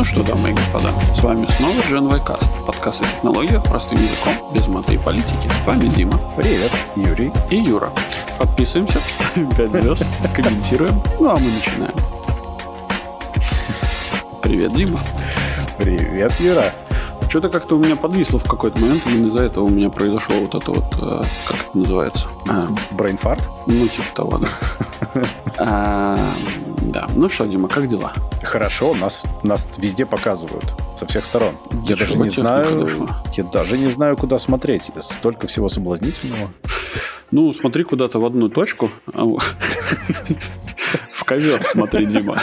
что, дамы и господа, с вами снова GenYcast, подкаст о технологиях простым языком, без маты и политики. С вами Дима. Привет, Юрий. И Юра. Подписываемся, ставим 5 звезд, комментируем, ну а мы начинаем. Привет, Дима. Привет, Юра. Что-то как-то у меня подвисло в какой-то момент, именно из-за этого у меня произошло вот это вот, как это называется? Брейнфарт? Ну, типа того, да. Да. Ну что, Дима, как дела? Хорошо, нас везде показывают, со всех сторон. Я даже не знаю, куда смотреть. Столько всего соблазнительного. Ну, смотри куда-то в одну точку. В ковер смотри, Дима.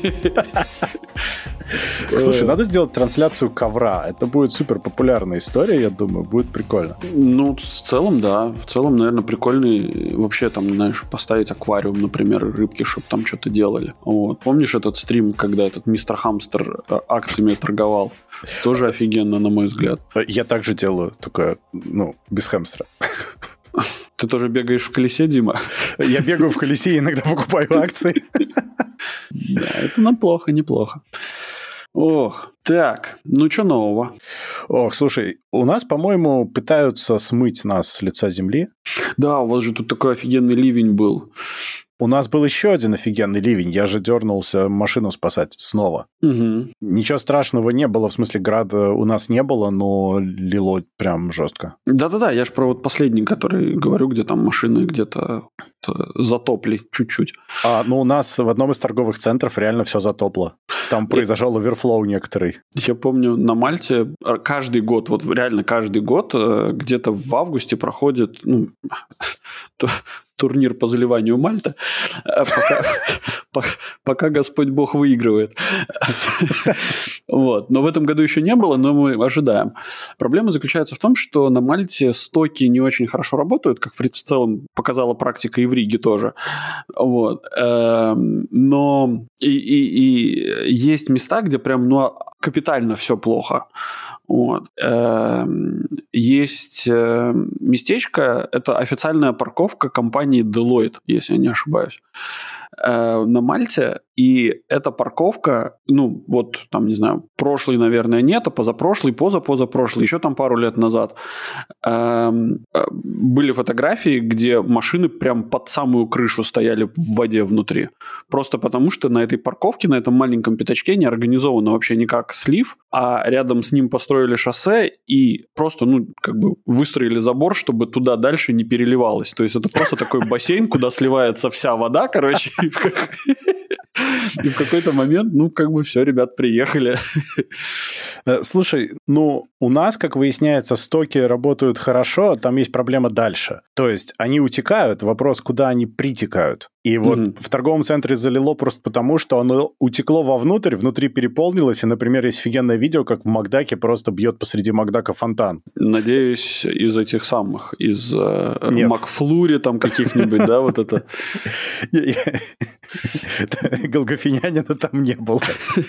Слушай, надо сделать трансляцию ковра. Это будет супер популярная история, я думаю. Будет прикольно. Ну, в целом, да. В целом, наверное, прикольный. Вообще, там, знаешь, поставить аквариум, например, рыбки, чтобы там что-то делали. Вот. Помнишь этот стрим, когда этот мистер Хамстер акциями торговал? Тоже офигенно, на мой взгляд. Я так же делаю, только, без хамстера. Ты тоже бегаешь в колесе, Дима? Я бегаю в колесе и иногда покупаю акции. Да, это неплохо. Ох, так, ну что нового? Ох, слушай, у нас, по-моему, пытаются смыть нас с лица земли. Да, у вас же тут такой офигенный ливень был. У нас был еще один офигенный ливень. Я же дернулся машину спасать снова. Угу. Ничего страшного не было. В смысле, града у нас не было, но лило прям жестко. Да-да-да, я же про вот последний, который говорю, где там машины где-то затопли чуть-чуть. У нас в одном из торговых центров реально все затопло. Там произошел оверфлоу некоторый. Я помню, на Мальте каждый год, вот реально каждый год, где-то в августе проходит турнир по заливанию Мальта, пока Господь Бог выигрывает. Вот. Но в этом году еще не было, но мы ожидаем. Проблема заключается в том, что на Мальте стоки не очень хорошо работают, как в целом показала практика и в Риге тоже. Вот. Но и есть места, где прям капитально все плохо. Вот. Есть местечко, это официальная парковка компании Deloitte, если я не ошибаюсь, на Мальте. И эта парковка, не знаю, прошлый, наверное, нет, а позапрошлый, позапрошлый, еще там пару лет назад были фотографии, где машины прям под самую крышу стояли в воде внутри. Просто потому, что на этой парковке, на этом маленьком пятачке не организовано вообще никак слив, а рядом с ним построили шоссе и просто, выстроили забор, чтобы туда дальше не переливалось. То есть это просто такой бассейн, куда сливается вся вода, короче, и в какой-то момент, все, ребят, приехали. Слушай, у нас, как выясняется, стоки работают хорошо, там есть проблема дальше. То есть они утекают, вопрос, куда они притекают. И вот в торговом центре залило просто потому, что оно утекло вовнутрь, внутри переполнилось, и, например, есть офигенное видео, как в Макдаке просто бьет посреди Макдака фонтан. Надеюсь, из этих самых, из Макфлури там каких-нибудь, да, вот это? Голгофинянина там не было.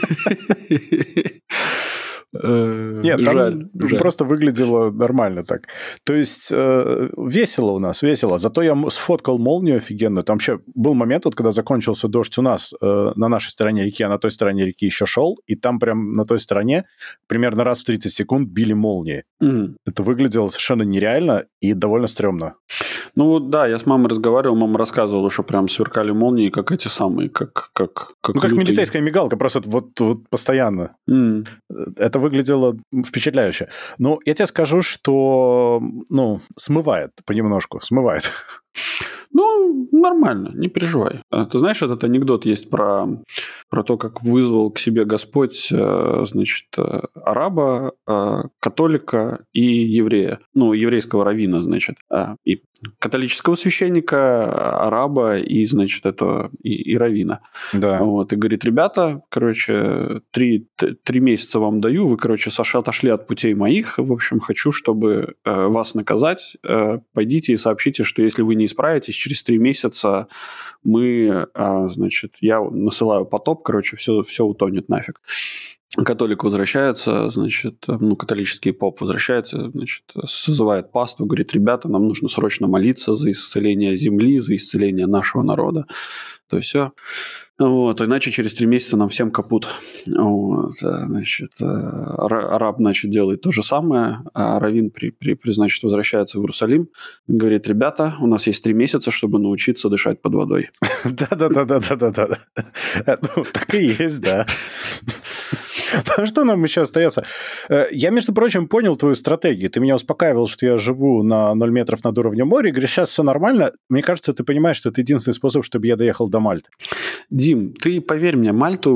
Нет, жаль. Просто выглядело нормально так. То есть весело у нас, весело. Зато я сфоткал молнию офигенную. Там вообще был момент, когда закончился дождь у нас на нашей стороне реки, а на той стороне реки еще шел, и там прям на той стороне примерно раз в 30 секунд били молнии. Это выглядело совершенно нереально и довольно стрёмно. Да, я с мамой разговаривал, мама рассказывала, что прям сверкали молнии, как эти самые, как как милицейская мигалка, просто вот постоянно. Это выглядело впечатляюще. Но я тебе скажу, что, смывает понемножку, смывает. Нормально, не переживай. Ты знаешь, этот анекдот есть про то, как вызвал к себе Господь, араба, католика и еврея. Еврейского раввина, и католического священника, араба и, и раввина. Да. Вот, и говорит, ребята, 3 месяца вам даю, вы, отошли от путей моих, в общем, хочу, чтобы вас наказать, пойдите и сообщите, что если вы не исправитесь, через 3 месяца я насылаю потоп, все утонет нафиг. католик возвращается, значит, католический поп возвращается, значит, созывает паству, говорит, ребята, нам нужно срочно молиться за исцеление земли, за исцеление нашего народа. То есть все. Вот, иначе через 3 месяца нам всем капут. Вот, значит, раб, значит, делает то же самое, а раввин, значит, возвращается в Иерусалим, говорит, ребята, у нас есть 3 месяца, чтобы научиться дышать под водой. Да. Так и есть, да. А что нам еще остается? Я, между прочим, понял твою стратегию. Ты меня успокаивал, что я живу на 0 метров над уровнем моря. И говоришь, сейчас все нормально. Мне кажется, ты понимаешь, что это единственный способ, чтобы я доехал до Мальты. Дим, ты поверь мне, Мальта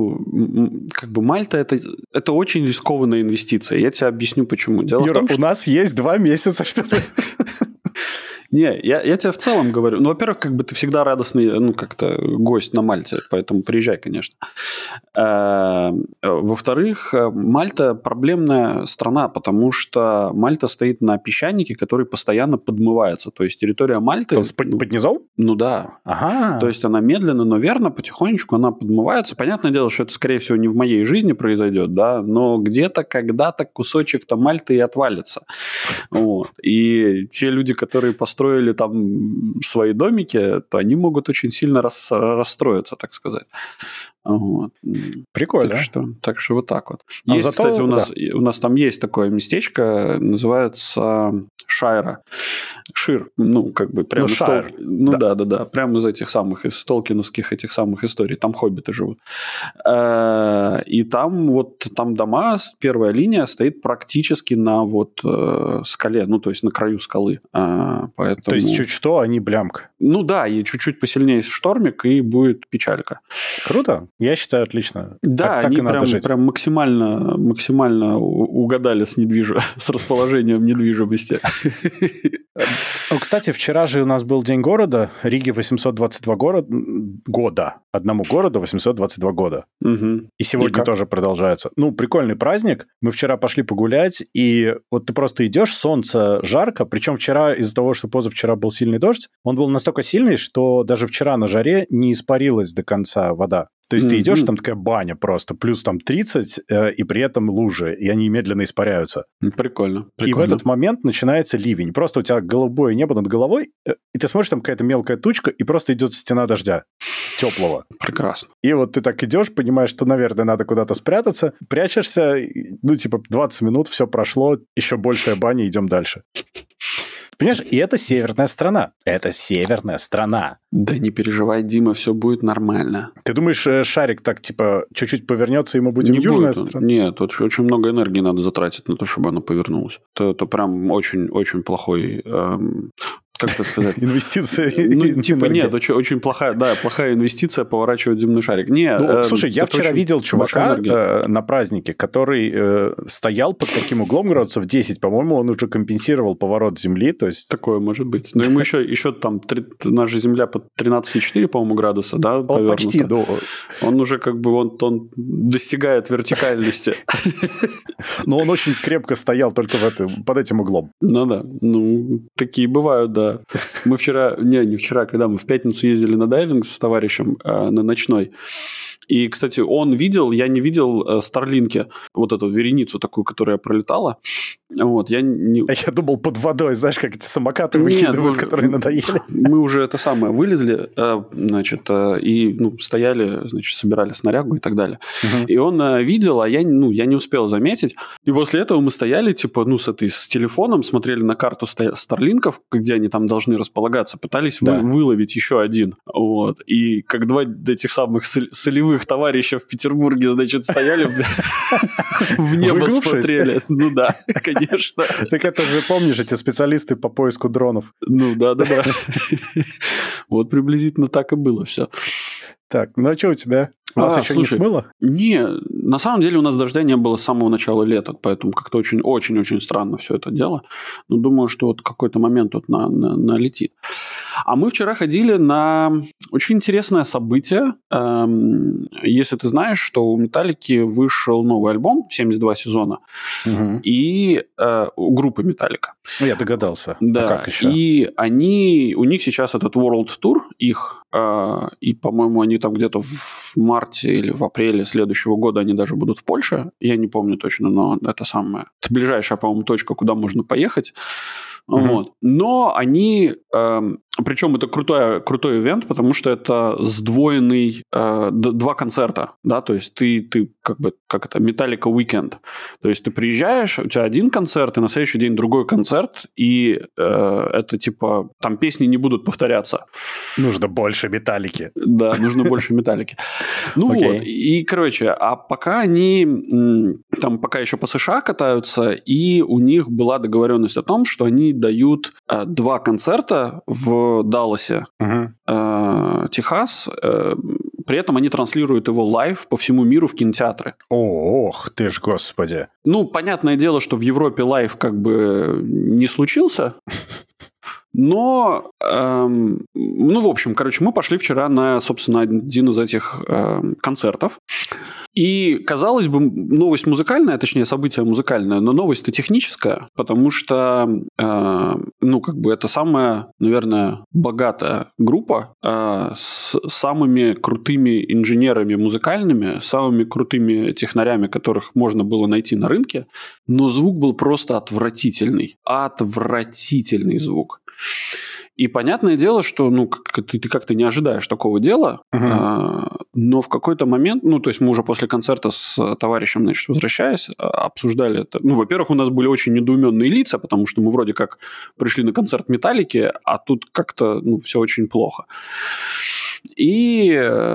это очень рискованная инвестиция. Я тебе объясню, почему. Дело Юра, в том, что... у нас есть 2 месяца, чтобы... Не, я тебе в целом говорю. Ну, во-первых, как бы ты всегда радостный, как-то гость на Мальте, поэтому приезжай, конечно. Во-вторых, Мальта проблемная страна, потому что Мальта стоит на песчанике, который постоянно подмывается. То есть территория Мальты... То есть под низом? Ну да. Ага. То есть она медленно, но верно, потихонечку она подмывается. Понятное дело, что это, скорее всего, не в моей жизни произойдет, да, но где-то, когда-то кусочек-то Мальты и отвалится. Вот. И те люди, которые построили там свои домики, то они могут очень сильно расстроиться, так сказать. Вот. Прикольно. Так что вот так вот. А Есть, зато, кстати, у нас там есть такое местечко, называется Шайра. Шир, прямо Шайр. Да, прямо из этих самых, из толкиновских этих самых историй. Там хоббиты живут. И там дома, первая линия стоит практически на скале, то есть на краю скалы. Поэтому... То есть чуть что, а не блямка. Ну да, и чуть-чуть посильнее штормик, и будет печалька. Круто. Я считаю, отлично. Да, так они и надо жить. прям максимально угадали с расположением недвижимости. Кстати, вчера же у нас был День города. Риге 822 года. Одному городу 822 года. Угу. И сегодня тоже продолжается. Прикольный праздник. Мы вчера пошли погулять, и вот ты просто идешь, солнце жарко, причем вчера из-за того, что позавчера был сильный дождь, он был настолько сильный, что даже вчера на жаре не испарилась до конца вода. То есть ты идешь, там такая баня просто, плюс там 30, и при этом лужи, и они медленно испаряются. Прикольно. И в этот момент начинается ливень. Просто у тебя голубое небо над головой, и ты смотришь, там какая-то мелкая тучка, и просто идет стена дождя теплого. Прекрасно. И вот ты так идешь, понимаешь, что, наверное, надо куда-то спрятаться, прячешься, 20 минут, все прошло, еще большая баня, идем дальше. Понимаешь, и это северная страна. Это северная страна. Да не переживай, Дима, все будет нормально. Ты думаешь, шарик так, чуть-чуть повернется, и мы будем южная страна? Нет, тут очень много энергии надо затратить на то, чтобы оно повернулось. Это прям очень-очень плохой... как это сказать? Инвестиция. Нет, очень плохая инвестиция поворачивать земной шарик. Слушай, я вчера видел чувака на празднике, который стоял под таким углом градусов 10. По-моему, он уже компенсировал поворот Земли. То есть... Такое может быть. Но ему еще там наша Земля под 13,4, по-моему, градуса, да, повернута. Почти, да. Он уже он достигает вертикальности. Но он очень крепко стоял только под этим углом. Ну да. Такие бывают, да. Мы вчера, не вчера, когда мы в пятницу ездили на дайвинг с товарищем на ночной. И, кстати, он видел, я не видел Старлинки, вот эту вереницу такую, которая пролетала. Вот, я думал, под водой, знаешь, как эти самокаты выкидывают, которые надоели. Мы уже это самое вылезли, значит, и стояли, значит, собирали снарягу и так далее. Угу. И он видел, а я не успел заметить. И после этого мы стояли, с телефоном, смотрели на карту Старлинков, где они там должны располагаться, пытались выловить еще один. Вот. И как 2 этих самых солевых товарища в Петербурге, значит, стояли в небо смотрели. Ну да, конечно. Так это же, помнишь, эти специалисты по поиску дронов. Да. Вот приблизительно так и было все. Так, а что у тебя? Вас еще не смыло? Не, на самом деле у нас дождя не было с самого начала лета, поэтому как-то очень-очень странно все это дело. Но думаю, что вот какой-то момент налетит. А мы вчера ходили на очень интересное событие. Если ты знаешь, что у Металлики вышел новый альбом, 72 сезона, и у группы Металлика. Ну, я догадался. Да, а как еще? И у них сейчас этот World Tour, их, и, по-моему, они там где-то в марте или в апреле следующего года они даже будут в Польше. Я не помню точно, но это ближайшая, по-моему, точка, куда можно поехать. Вот. Но они... Причем это крутой ивент, потому что это сдвоенный 2 концерта, да, то есть ты как это, Metallica Weekend. То есть ты приезжаешь, у тебя один концерт, и на следующий день другой концерт, и это типа, там песни не будут повторяться. Нужно больше Металлики. Да, нужно больше Металлики. Ну вот, и, короче, а пока они там пока еще по США катаются, и у них была договоренность о том, что они дают 2 концерта в Далласе, Техас. При этом они транслируют его лайв по всему миру в кинотеатры. Ох ты ж, господи. Ну, понятное дело, что в Европе лайв как бы не случился. Но, в общем, короче, мы пошли вчера на, собственно, один из этих концертов. И, казалось бы, новость музыкальная, точнее, событие музыкальное, но новость-то техническая, потому что, это самая, наверное, богатая группа с самыми крутыми инженерами музыкальными, самыми крутыми технарями, которых можно было найти на рынке, но звук был просто отвратительный. Отвратительный звук. И понятное дело, что ты как-то не ожидаешь такого дела, но в какой-то момент, то есть мы уже после концерта с товарищем, значит, возвращаясь, обсуждали это. Во-первых, у нас были очень недоуменные лица, потому что мы вроде как пришли на концерт Металлики, а тут как-то все очень плохо. И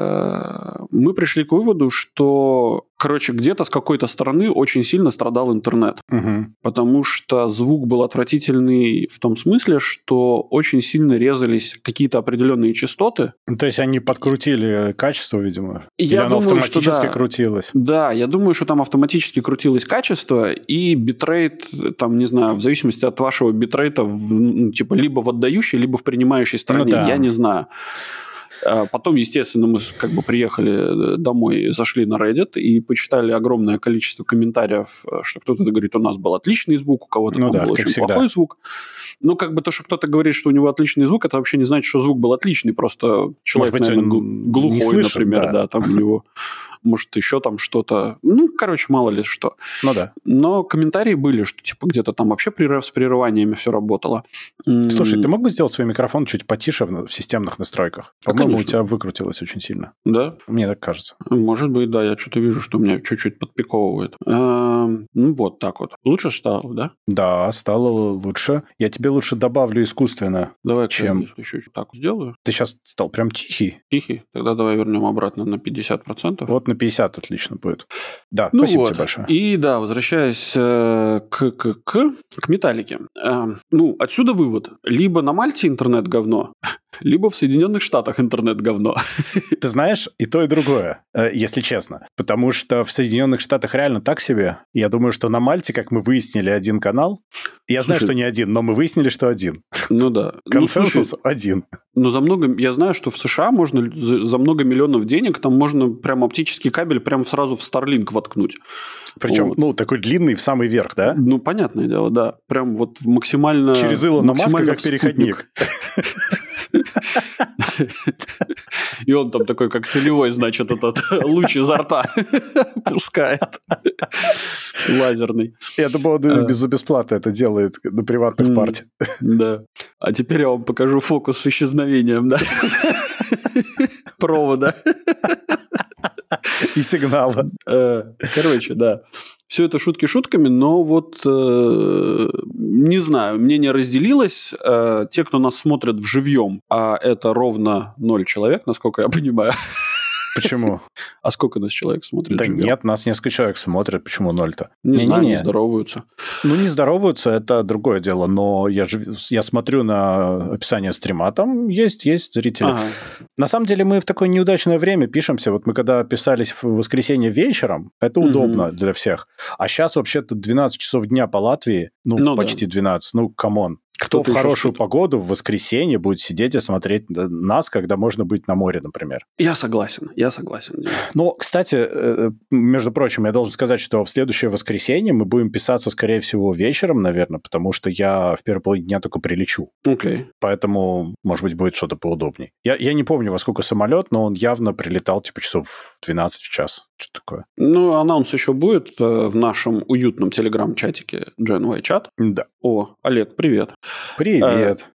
мы пришли к выводу, что, где-то с какой-то стороны очень сильно страдал интернет. Потому что звук был отвратительный в том смысле, что очень сильно резались какие-то определенные частоты. То есть они подкрутили качество, видимо? Или оно автоматически крутилось? Да, я думаю, что там автоматически крутилось качество, и битрейт, там, не знаю, в зависимости от вашего битрейта, либо в отдающей, либо в принимающей стороне. Я не знаю. Потом, естественно, мы приехали домой, зашли на Reddit и почитали огромное количество комментариев, что кто-то говорит, у нас был отличный звук, у кого-то был очень плохой звук. То, что кто-то говорит, что у него отличный звук, это вообще не значит, что звук был отличный, просто человек, наверное, глухой, слышит, например, да, там у него... Может, еще там что-то... мало ли что. Да. Но комментарии были, что где-то там вообще с прерываниями все работало. Слушай, ты мог бы сделать свой микрофон чуть потише в системных настройках? По-моему, у тебя выкрутилось очень сильно. Да? Мне так кажется. Может быть, да. Я что-то вижу, что у меня чуть-чуть подпиковывает. Вот так вот. Лучше стало, да? Да, стало лучше. Я тебе лучше добавлю искусственно. Давай, чем... еще так сделаю. Ты сейчас стал прям тихий. Тихий? Тогда давай вернем обратно на 50%. Вот на 50 отлично будет. Да, спасибо тебе большое. И да, возвращаясь к Металлике. Отсюда вывод. Либо на Мальте интернет говно, либо в Соединенных Штатах интернет говно. Ты знаешь, и то, и другое, если честно. Потому что в Соединенных Штатах реально так себе. Я думаю, что на Мальте, как мы выяснили, один канал. Я знаю, что не один, но мы выяснили, что один. Ну да. Консенсус один. Но я знаю, что в США можно за много миллионов денег, там можно прям оптический кабель прям сразу в Starlink воткнуть. Причем, такой длинный в самый верх, да? Понятное дело, да. Прям вот максимально... Через Илона Маска как переходник. И он там такой, как солевой, значит, этот луч изо рта пускает. Лазерный. Я думал, он за бесплатно это делает на приватных партиях. Да. А теперь я вам покажу фокус с исчезновением, да? Провода. И сигнала. Короче, да. Все это шутки шутками, но не знаю, мнение разделилось. Те, кто нас смотрит вживьем, а это ровно 0 человек, насколько я понимаю. Почему? А сколько нас человек смотрит? Да нет, нас несколько человек смотрят. Почему 0-то? Не знаю, не здороваются. Не здороваются, это другое дело. Но я смотрю на описание стрима, там есть зрители. Ага. На самом деле мы в такое неудачное время пишемся. Вот мы когда писались в воскресенье вечером, это удобно для всех. А сейчас вообще-то 12 часов дня по Латвии. Почти 12. Камон. Кто в хорошую погоду в воскресенье будет сидеть и смотреть нас, когда можно быть на море, например? Я согласен. Но, кстати, между прочим, я должен сказать, что в следующее воскресенье мы будем писаться, скорее всего, вечером, наверное, потому что я в первой половине дня только прилечу. Окей. Поэтому, может быть, будет что-то поудобнее. Я не помню, во сколько самолет, но он явно прилетал типа часов в 12 в час. Что такое? Ну, анонс еще будет в нашем уютном телеграм-чатике Genway Chat. Да. О, Олег, привет. Привет.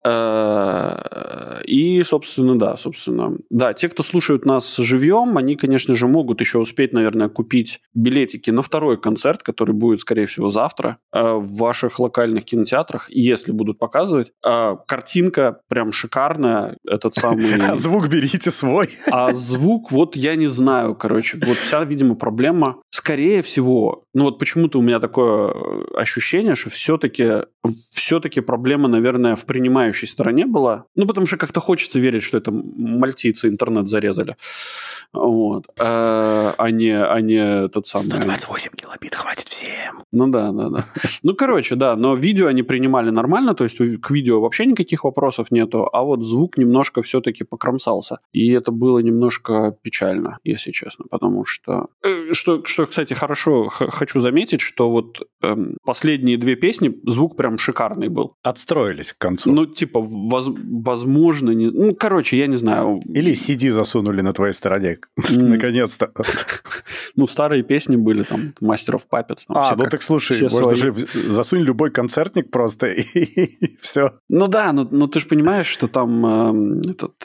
И, собственно. Да, те, кто слушают нас живьем, они, конечно же, могут еще успеть, наверное, купить билетики на второй концерт, который будет, скорее всего, завтра в ваших локальных кинотеатрах, если будут показывать. Картинка прям шикарная. Этот самый... А звук берите свой. А звук, вот я не знаю, короче. Вот вся, видимо, проблема. Скорее всего, ну вот почему-то у меня такое ощущение, что все-таки проблема, наверное, в принимающей стороне была. Ну, потому что как-то хочется верить, что это мальтийцы интернет зарезали. Вот. А не тот самый... 128 килобит хватит всем. Ну да. Ну, короче, да, но видео они принимали нормально, то есть к видео вообще никаких вопросов нету, а вот звук немножко все-таки покромсался. И это было немножко печально, если честно, потому что... Что, кстати, хорошо хочу заметить, что вот последние две песни звук прям шикарный был. Отстроились к концу. Ну, типа, возможно... Не... Ну, короче, я не знаю. Или CD засунули на твоей стороне. Наконец-то. Ну, старые песни были, там, Master of Puppets. Ну так слушай, можно же засунь любой концертник просто, и все. Ну да, но ты же понимаешь, что там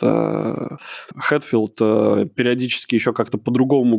Хэтфилд периодически еще как-то по-другому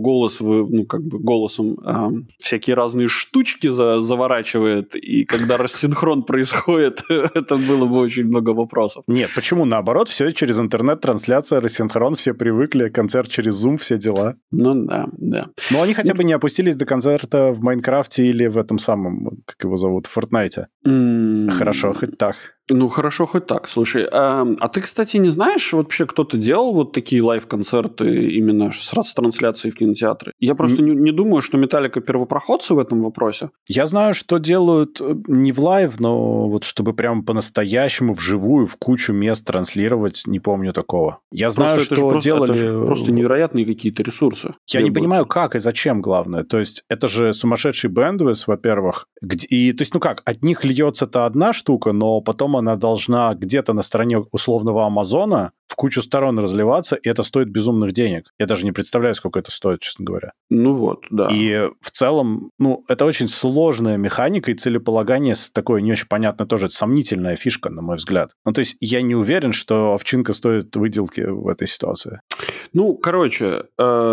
голосом всякие разные штучки заворачивает, и когда рассинхрон происходит, это было бы очень много вопросов. Нет, почему? Наоборот, все через интернет-трансляция, рассинхрон, все привыкли, концерт через Zoom, все дела. Ну да. Но они хотя бы не опустились до концерта в Майнкрафте или в этом самом, как его зовут, в Fortnite. Хорошо, хоть так. Ну, хорошо, хоть так. Слушай, а ты, кстати, не знаешь, вообще кто-то делал вот такие лайв-концерты именно с трансляцией в кинотеатре? Я просто не думаю, что Металлика первопроходцы в этом вопросе. Я знаю, что делают не в лайв, но вот чтобы прям по-настоящему вживую в кучу мест транслировать, не помню такого. Я знаю, что делали... Это просто невероятные какие-то ресурсы. Я не понимаю, как и зачем, главное. То есть это же сумасшедший бэндвидth, во-первых. И, то есть, ну как, от них льется-то одна штука, но потом она должна где-то на стороне условного Амазона в кучу сторон разливаться, и это стоит безумных денег. Я даже не представляю, сколько это стоит, честно говоря. Ну вот, да. И в целом, это очень сложная механика, и целеполагание такое не очень понятное тоже. Это сомнительная фишка, на мой взгляд. Ну, то есть я не уверен, что овчинка стоит выделки в этой ситуации. Ну, короче,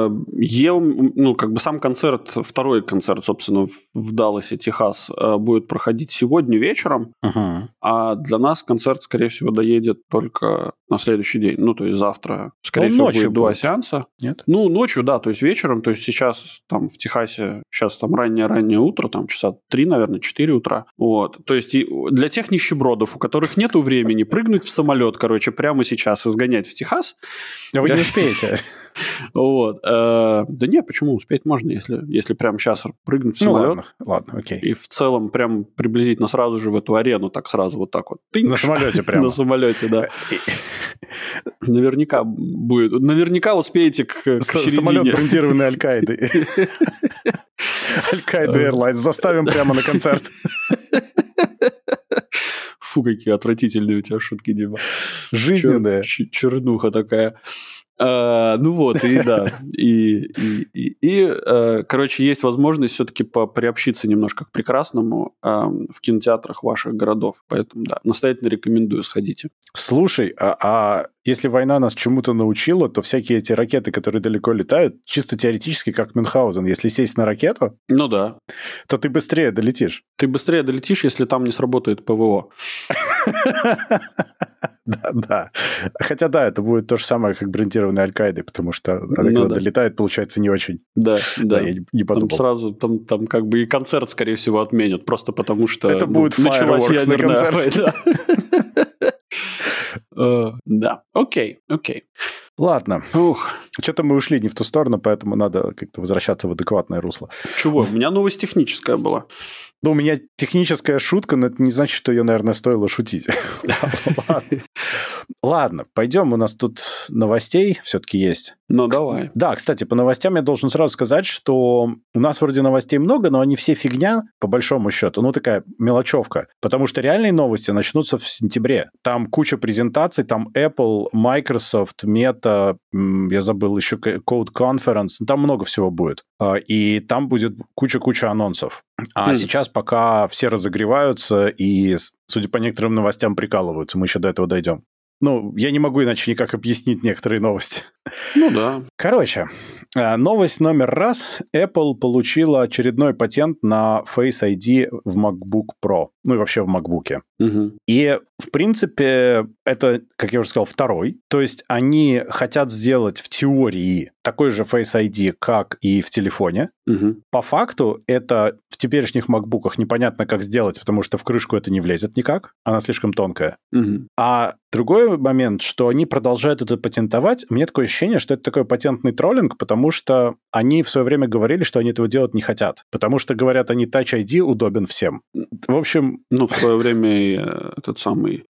сам концерт, второй концерт, собственно, в Далласе, Техас, будет проходить сегодня вечером, а для нас концерт, скорее всего, доедет только на следующий день. Ну, то есть завтра, скорее всего, будет два сеанса. Нет? Ну, ночью, да, то есть вечером. То есть сейчас там в Техасе, сейчас там раннее утро, там часа 3, наверное, 4 утра. Вот. То есть для тех нищебродов, у которых нету времени прыгнуть в самолет, прямо сейчас и сгонять в Техас. А вы не успеете. Вот. Да нет, почему успеть можно, если прямо сейчас прыгнуть в самолет. Ладно, окей. И в целом прям приблизительно сразу же в эту арену, так сразу вот так вот. На самолете прямо. На самолете, да. Наверняка будет. Наверняка успеете к середине. Самолет, брендированный Аль-Каидой. Аль-Каида Airlines. Заставим прямо на концерт. Фу, какие отвратительные у тебя шутки, Дима. Жизненная. Чернуха такая. Ну вот, и да. Короче, есть возможность все-таки приобщиться немножко к прекрасному в кинотеатрах ваших городов. Поэтому, да, настоятельно рекомендую, сходите. Слушай, а если война нас чему-то научила, то всякие эти ракеты, которые далеко летают, чисто теоретически, как Мюнхгаузен, если сесть на ракету, ну да, то ты быстрее долетишь. Ты быстрее долетишь, если там не сработает ПВО. Да. Хотя да, это будет то же самое, как брендированный Аль-Каидой, потому что она когда долетает, получается не очень. Да. Я не подумал. Там сразу, там как бы и концерт, скорее всего, отменят, просто потому что это будет fireworks на концерте. Да, окей. Ладно. Что-то мы ушли не в ту сторону, поэтому надо как-то возвращаться в адекватное русло. Чего? У меня новость техническая была. Ну, у меня техническая шутка, но это не значит, что ее, наверное, стоило шутить. Ладно, пойдем. У нас тут новостей все-таки есть. Ну, давай. Да, кстати, по новостям я должен сразу сказать, что у нас вроде новостей много, но они все фигня, по большому счету. Ну, такая мелочевка. Потому что реальные новости начнутся в сентябре. Там куча презентаций, там Apple, Microsoft, Meta, я забыл еще Code Conference. Там много всего будет. И там будет куча-куча анонсов. А сейчас пока все разогреваются и, судя по некоторым новостям, прикалываются. Мы еще до этого дойдем. Ну, я не могу иначе никак объяснить некоторые новости. Ну да. Короче, новость номер раз. Apple получила очередной патент на Face ID в MacBook Pro. Ну и вообще в MacBook. Угу. И, в принципе, это, как я уже сказал, второй. То есть они хотят сделать в теории такой же Face ID, как и в телефоне. Угу. По факту это в теперешних MacBook'ах непонятно, как сделать, потому что в крышку это не влезет никак. Она слишком тонкая. Угу. А другой момент, что они продолжают это патентовать. Мне такое ощущение, что это такой патентный троллинг, потому что они в свое время говорили, что они этого делать не хотят. Потому что, говорят, они Touch ID удобен всем. В общем... Ну, в свое время этот самый...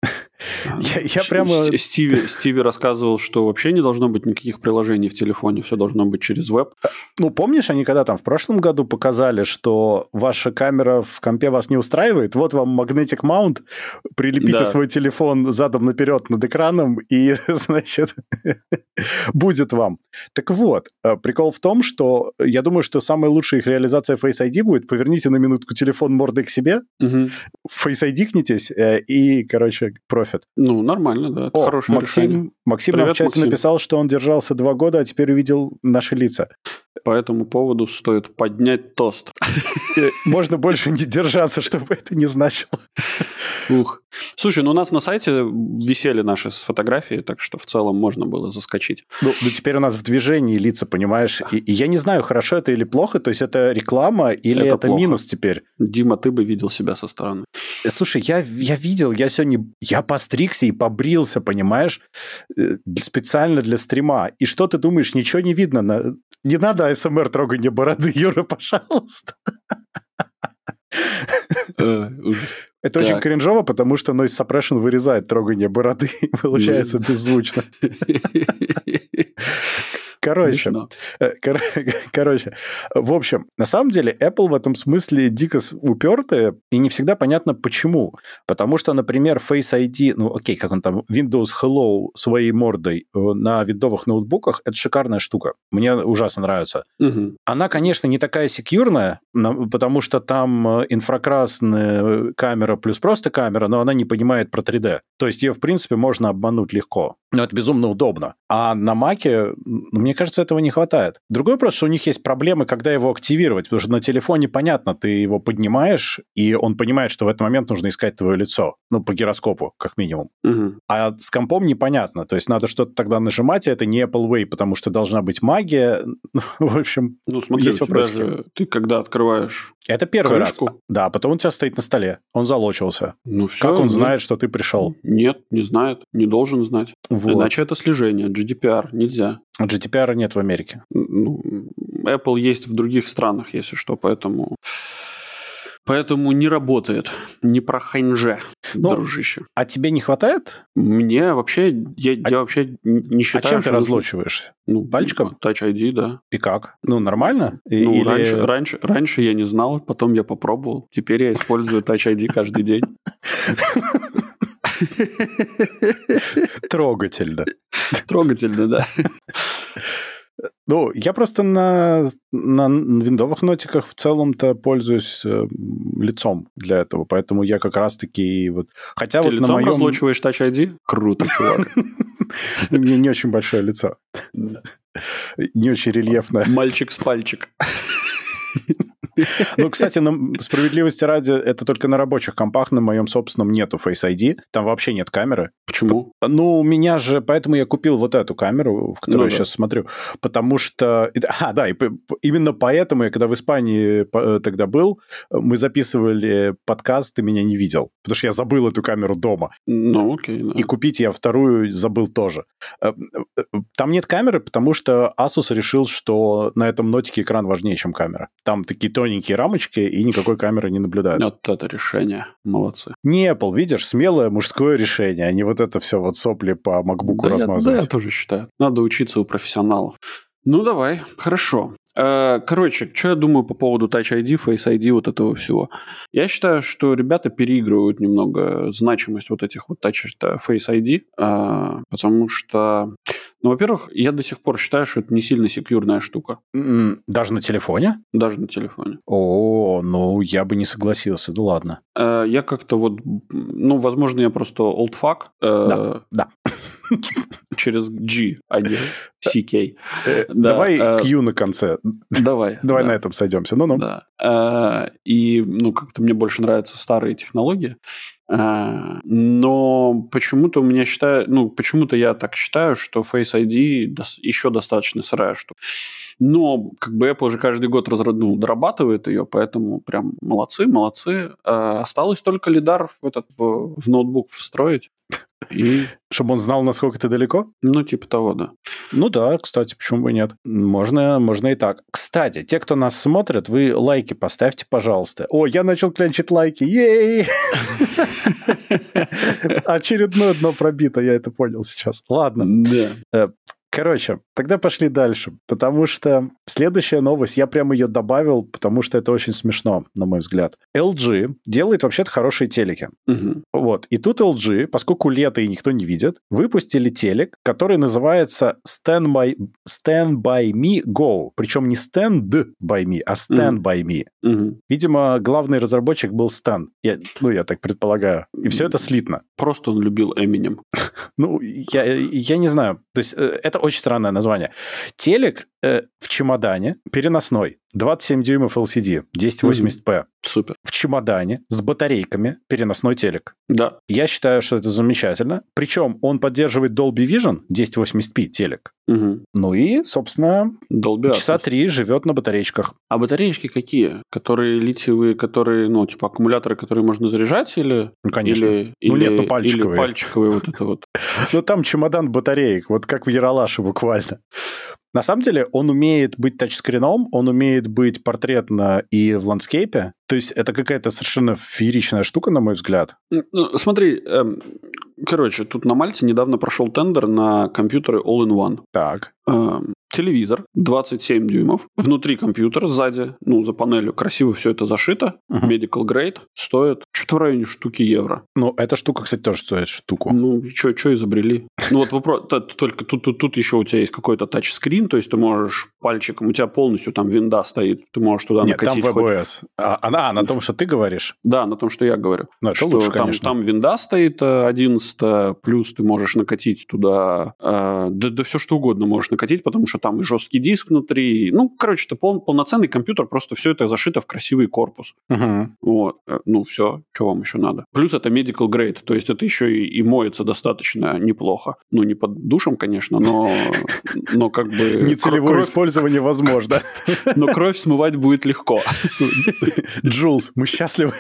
Я прямо... Стиви рассказывал, что вообще не должно быть никаких приложений в телефоне, все должно быть через веб. Ну, помнишь, они когда там в прошлом году показали, что ваша камера в компе вас не устраивает, вот вам Magnetic Mount, прилепите свой телефон задом наперед над экраном, и, значит, будет вам. Так вот, прикол в том, что я думаю, что самая лучшая их реализация Face ID будет: поверните на минутку телефон мордой к себе, Face ID-книтесь, и, короче, профит. Ну, нормально, да. Это хорошее решение. Максим нам в чате написал, что он держался 2 года, а теперь увидел наши лица. По этому поводу стоит поднять тост. Можно больше не держаться, чтобы это не значило. Ух. Слушай, ну у нас на сайте висели наши фотографии, так что в целом можно было заскочить. Ну теперь у нас в движении лица, понимаешь? И я не знаю, хорошо это или плохо, то есть это реклама или это минус теперь? Дима, ты бы видел себя со стороны. Слушай, я видел, я сегодня... Я постригся и побрился, понимаешь? Специально для стрима. И что ты думаешь, ничего не видно? Не надо АСМР трогания бороды, Юра, пожалуйста. Это очень кринжово, потому что Noise Suppression вырезает трогание бороды, и получается беззвучно. Короче, в общем, на самом деле Apple в этом смысле дико упертые, и не всегда понятно почему. Потому что, например, Face ID, ну окей, как он там, Windows Hello своей мордой на виндовых ноутбуках, это шикарная штука. Мне ужасно нравится. Угу. Она, конечно, не такая секьюрная, потому что там инфракрасная камера плюс просто камера, но она не понимает про 3D. То есть ее, в принципе, можно обмануть легко. Но это безумно удобно. А на Mac'е, мне кажется, этого не хватает. Другой вопрос, что у них есть проблемы, когда его активировать, потому что на телефоне понятно, ты его поднимаешь, и он понимает, что в этот момент нужно искать твое лицо. Ну, по гироскопу, как минимум. Угу. А с компом непонятно. То есть надо что-то тогда нажимать, и это не Apple Way, потому что должна быть магия. В общем, ну, смотри, есть вопросы. Ты когда открываешь это первый крышку? Раз. Да, а потом у тебя стоит на столе. Он залочился. Ну, все, как он знает, что ты пришел? Нет, не знает. Не должен знать. Вот. Иначе это слежение. GDPR нельзя. GDPR нет в Америке. Ну, Apple есть в других странах, если что, поэтому не работает. Не про ханьже, дружище. А тебе не хватает? Мне вообще, я вообще не считаю... А чем ты разлочиваешься? Ну, пальчиком? Touch ID, да. И как? Ну, нормально? Ну, или... раньше я не знал, потом я попробовал. Теперь я использую Touch ID каждый день. Трогательно. Трогательно, да. Ну, я просто на виндовых нотиках в целом-то пользуюсь лицом для этого, поэтому я как раз-таки вот... Хотя ты вот лицом на моем... разлучиваешь Touch ID? Круто, чувак. У меня не очень большое лицо. Не очень рельефное. Мальчик с пальчик. Ну, кстати, справедливости ради, это только на рабочих компах, на моем собственном нету Face ID, там вообще нет камеры. Почему? Ну, у меня же... Поэтому я купил вот эту камеру, в которую я сейчас смотрю. Потому что... Да, и именно поэтому я, когда в Испании тогда был, мы записывали подкаст, ты меня не видел. Потому что я забыл эту камеру дома. Ну, окей, да. И купить я вторую забыл тоже. Там нет камеры, потому что Asus решил, что на этом нотике экран важнее, чем камера. Там такие тоненькие рамочки, и никакой камеры не наблюдается. Вот это решение. Молодцы. Не Apple, видишь, смелое мужское решение, а не вот это все вот сопли по MacBook размазывать. Да, я тоже считаю. Надо учиться у профессионалов. Ну, давай, хорошо. Короче, что я думаю по поводу Touch ID, Face ID, вот этого всего? Я считаю, что ребята переигрывают немного значимость вот этих вот Touch Face ID, потому что, ну, во-первых, я до сих пор считаю, что это не сильно секьюрная штука. Даже на телефоне? Даже на телефоне. О, ну, я бы не согласился, ну ладно. Я как-то вот, ну, возможно, я просто old fuck. Да. Через G, а не CK. Давай Q на конце. Давай на этом сойдемся. Ну-ну. Да. И, ну, как-то мне больше нравятся старые технологии. Но почему-то почему-то я так считаю, что Face ID еще достаточно сырая штука. Но как бы Apple же каждый год дорабатывает ее, поэтому прям молодцы. Осталось только лидар в ноутбук встроить. И... Чтобы он знал, насколько ты далеко? Ну, типа того, да. Ну да, кстати, почему бы нет? Можно и так. Кстати, те, кто нас смотрят, вы лайки поставьте, пожалуйста. О, я начал клянчить лайки. Ей! Очередное дно пробито, я это понял сейчас. Ладно. Да. Короче, тогда пошли дальше, потому что следующая новость, я прямо ее добавил, потому что это очень смешно, на мой взгляд. LG делает вообще-то хорошие телеки. Угу. Вот. И тут LG, поскольку лето и никто не видит, выпустили телек, который называется Stand by Me Go. Причем не Stand by Me, а Stand by Me. Угу. Видимо, главный разработчик был Stan. Я так предполагаю. И все это слитно. Просто он любил Eminem. Ну, я не знаю. То есть, это очень странное название. Телек в чемодане, переносной, 27 дюймов LCD, 1080p. Супер. В чемодане с батарейками, переносной телек. Да. Я считаю, что это замечательно. Причем он поддерживает Dolby Vision, 1080p телек. Угу. Ну и, собственно, Dolby часа 3 живет на батареечках. А батареечки какие? Которые литиевые, которые, ну, типа аккумуляторы, которые можно заряжать или... Ну, конечно. Или пальчиковые. Или пальчиковые вот это вот. Ну, там чемодан батареек, вот как в Ералаше буквально. На самом деле, он умеет быть тачскрином, он умеет быть портретно и в ландскейпе. То есть, это какая-то совершенно фееричная штука, на мой взгляд. Ну, смотри, короче, тут на Мальте недавно прошел тендер на компьютеры All-in-One. Так. Телевизор 27 дюймов, внутри компьютера, сзади, ну, за панелью, красиво все это зашито, medical grade, стоит что-то в районе штуки евро. Ну, эта штука, кстати, тоже стоит штуку. Ну, что изобрели? Ну, вот вопрос, только тут еще у тебя есть какой-то тачскрин, то есть ты можешь пальчиком, у тебя полностью там винда стоит, ты можешь туда накатить. Нет, там WebOS. На том, что ты говоришь? Да, на том, что я говорю. Ну, это лучше, конечно. Там винда стоит 11, плюс ты можешь накатить туда, да все что угодно можешь накатить, потому что там и жесткий диск внутри. Ну, короче, это полноценный компьютер, просто все это зашито в красивый корпус. Угу. Вот. Ну, все, что вам еще надо. Плюс это medical grade, то есть это еще и моется достаточно неплохо. Ну, не под душем, конечно, но как бы... Нецелевое использование возможно. Но кровь смывать будет легко. Джулс, мы счастливы.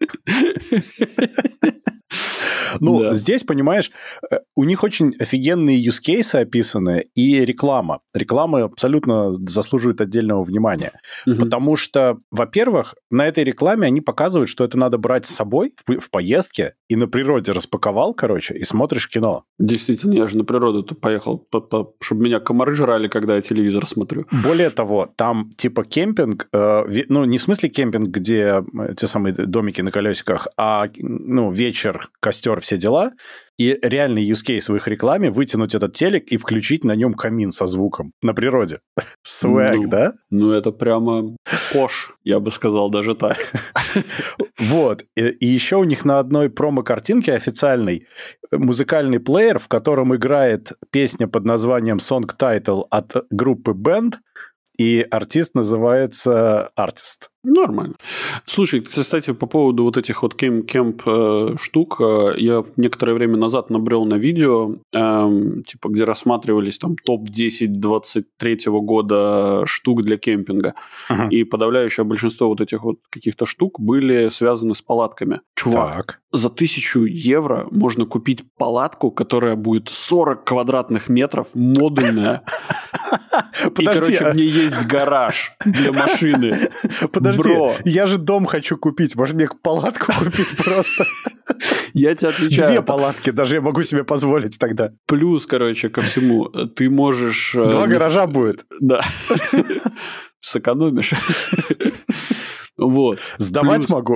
Ну, да. Здесь, понимаешь, у них очень офигенные юзкейсы описаны и реклама. Реклама абсолютно заслуживает отдельного внимания. Потому что, во-первых, на этой рекламе они показывают, что это надо брать с собой в поездке и на природе распаковал, короче, и смотришь кино. Действительно, я же на природу-то поехал, чтобы меня комары жрали, когда я телевизор смотрю. Более того, там типа кемпинг, ну, не в смысле кемпинг, где те самые домики на колесиках, а, ну, вечер, костер, все дела, и реальный use case в их рекламе вытянуть этот телек и включить на нем камин со звуком на природе. Свэг, да? Ну, это прямо пош, я бы сказал, даже так. Вот. И еще у них на одной промо-картинке официальной музыкальный плеер, в котором играет песня под названием Song Title от группы Band, и артист называется Artist. Нормально. Слушай, кстати, по поводу вот этих вот кемп штук, я некоторое время назад набрел на видео, типа, где рассматривались там топ-10 23-го года штук для кемпинга. И подавляющее большинство вот этих вот каких-то штук были связаны с палатками. Чувак, за 1000 евро можно купить палатку, которая будет 40 квадратных метров, модульная. Подожди, и, короче, в ней есть гараж для машины. Подожди, я же дом хочу купить. Может, мне палатку купить просто? Я тебе отвечаю. 2 палатки даже я могу себе позволить тогда. Плюс, короче, ко всему, ты можешь... 2 гаража будет. Да. Сэкономишь. Вот. Сдавать могу.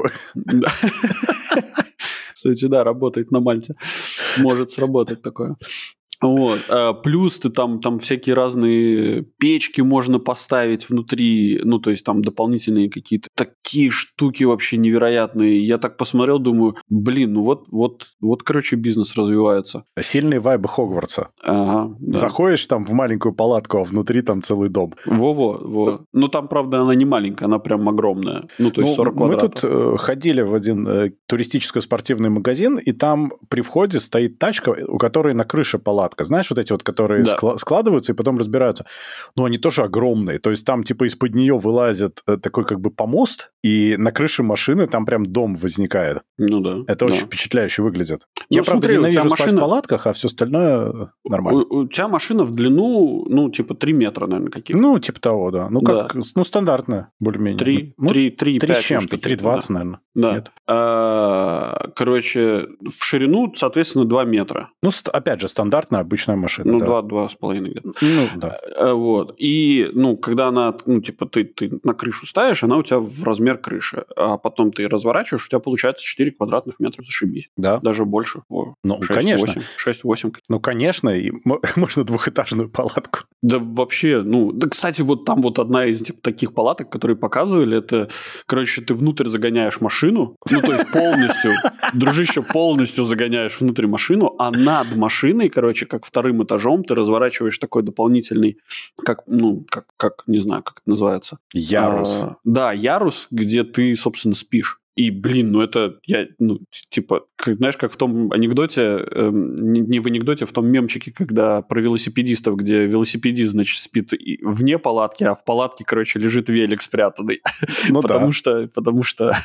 Кстати, да, работает на Мальте. Может сработать такое. Вот. Плюс ты там всякие разные печки можно поставить внутри, ну, то есть там дополнительные какие-то такие штуки вообще невероятные. Я так посмотрел, думаю, блин, ну вот, короче, бизнес развивается. Сильные вайбы Хогвартса. Ага, да. Заходишь там в маленькую палатку, а внутри там целый дом. Во. Ну, там, правда, она не маленькая, она прям огромная. Ну, то есть 40 квадратов. Мы тут ходили в один туристическо-спортивный магазин, и там при входе стоит тачка, у которой на крыше палатка. Знаешь, вот эти вот, которые складываются и потом разбираются? Ну, они тоже огромные. То есть там типа из-под нее вылазит такой как бы помост, и на крыше машины там прям дом возникает. Ну да. Это очень впечатляюще выглядит. Ну, я, правда, ненавижу спать в палатках, а все остальное нормально. У тебя машина в длину, ну, типа 3 метра, наверное, каких-то. Ну, типа того, да. Ну, как, ну, стандартная, более-менее. 3 с чем-то, 3,20, наверное. Да. Нет. Короче, в ширину, соответственно, 2 метра. Ну, опять же, стандартная обычная машина. Ну, да. 2,5 где-то. Ну, да. Вот. И, ну, когда она, ну, типа, ты на крышу ставишь, она у тебя в размер крыши. А потом ты разворачиваешь, у тебя получается 4 квадратных метра, зашибись. Да. Даже больше. Ну, 6, конечно. 6-8. Ну, конечно, и можно двухэтажную палатку. Да вообще, ну... Да, кстати, вот там вот одна из таких палаток, которые показывали, это, короче, ты внутрь загоняешь машину, ну, то есть полностью, дружище, полностью загоняешь внутрь машину, а над машиной, короче, как вторым этажом ты разворачиваешь такой дополнительный, как, ну, как не знаю, как это называется. Ярус. Да, ярус, где ты, собственно, спишь. И, блин, ну это, типа, знаешь, как в том анекдоте, не в анекдоте, в том мемчике, когда про велосипедистов, где велосипедист, значит, спит вне палатки, а в палатке, короче, лежит велик спрятанный. Ну потому что мы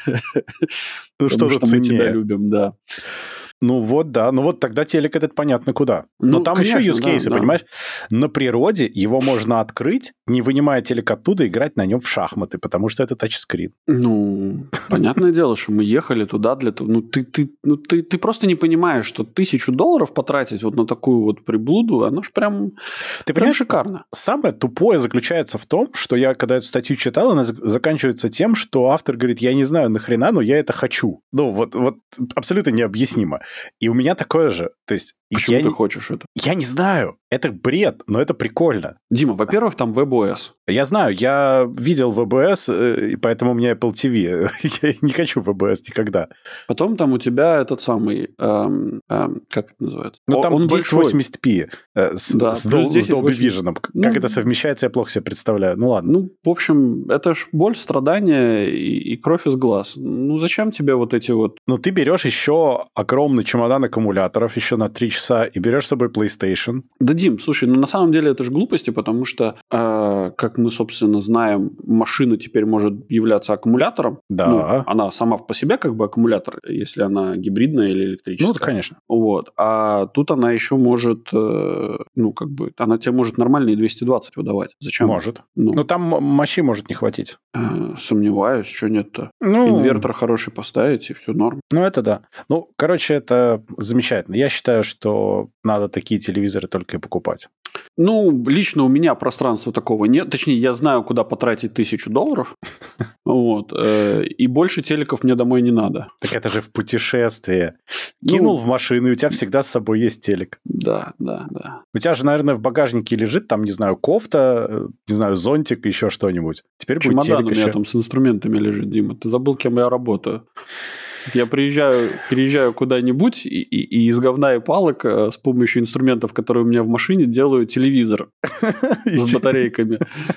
тебя любим, да. Ну вот, да. Ну вот тогда телек этот понятно куда. Но там конечно, еще юзкейсы, да, понимаешь? Да. На природе его можно открыть, не вынимая телек оттуда, играть на нем в шахматы, потому что это тачскрин. Ну, понятное дело, что мы ехали туда для того. Ну, ты просто не понимаешь, что $1000 потратить вот на такую вот приблуду, оно ж прям, ты понимаешь, шикарно. Самое тупое заключается в том, что я, когда эту статью читал, она заканчивается тем, что автор говорит, я не знаю нахрена, но я это хочу. Ну, вот абсолютно необъяснимо. И у меня такое же. То есть, почему ты хочешь это? Я не знаю. Это бред, но это прикольно. Дима, во-первых, там WebOS. Я знаю, я видел WebOS, и поэтому у меня Apple TV. Я не хочу WebOS никогда. Потом там у тебя этот самый, как это называется? Ну, там 1080p с Dolby Vision. Как это совмещается, я плохо себе представляю. Ну, ладно. Ну, в общем, это ж боль, страдания и кровь из глаз. Ну, зачем тебе вот эти вот... Ну, ты берешь еще огромный чемодан аккумуляторов еще на 3 часа и берешь с собой PlayStation. Да, Дим, слушай, ну на самом деле это же глупости, потому что, как мы, собственно, знаем, машина теперь может являться аккумулятором. Да. Ну, она сама по себе как бы аккумулятор, если она гибридная или электрическая. Ну, да, конечно. Вот. А тут она еще может, ну, как бы, она тебе может нормальные 220 выдавать. Зачем? Может. Ну, там мощи может не хватить. Сомневаюсь, что нет-то. Ну... Инвертор хороший поставить, и все норм. Ну, это да. Ну, короче, это замечательно. Я считаю, что надо такие телевизоры только и покупать. Ну, лично у меня пространства такого нет. Точнее, я знаю, куда потратить $1000. Вот. И больше телеков мне домой не надо. Так это же в путешествие. Кинул в машину, и у тебя всегда с собой есть телек. Да. У тебя же, наверное, в багажнике лежит там, не знаю, кофта, не знаю, зонтик, еще что-нибудь. Теперь будет телек еще. Чемодан у меня там с инструментами лежит, Дима. Ты забыл, кем я работаю. Я переезжаю куда-нибудь и из говна и палок с помощью инструментов, которые у меня в машине, делаю телевизор с батарейками.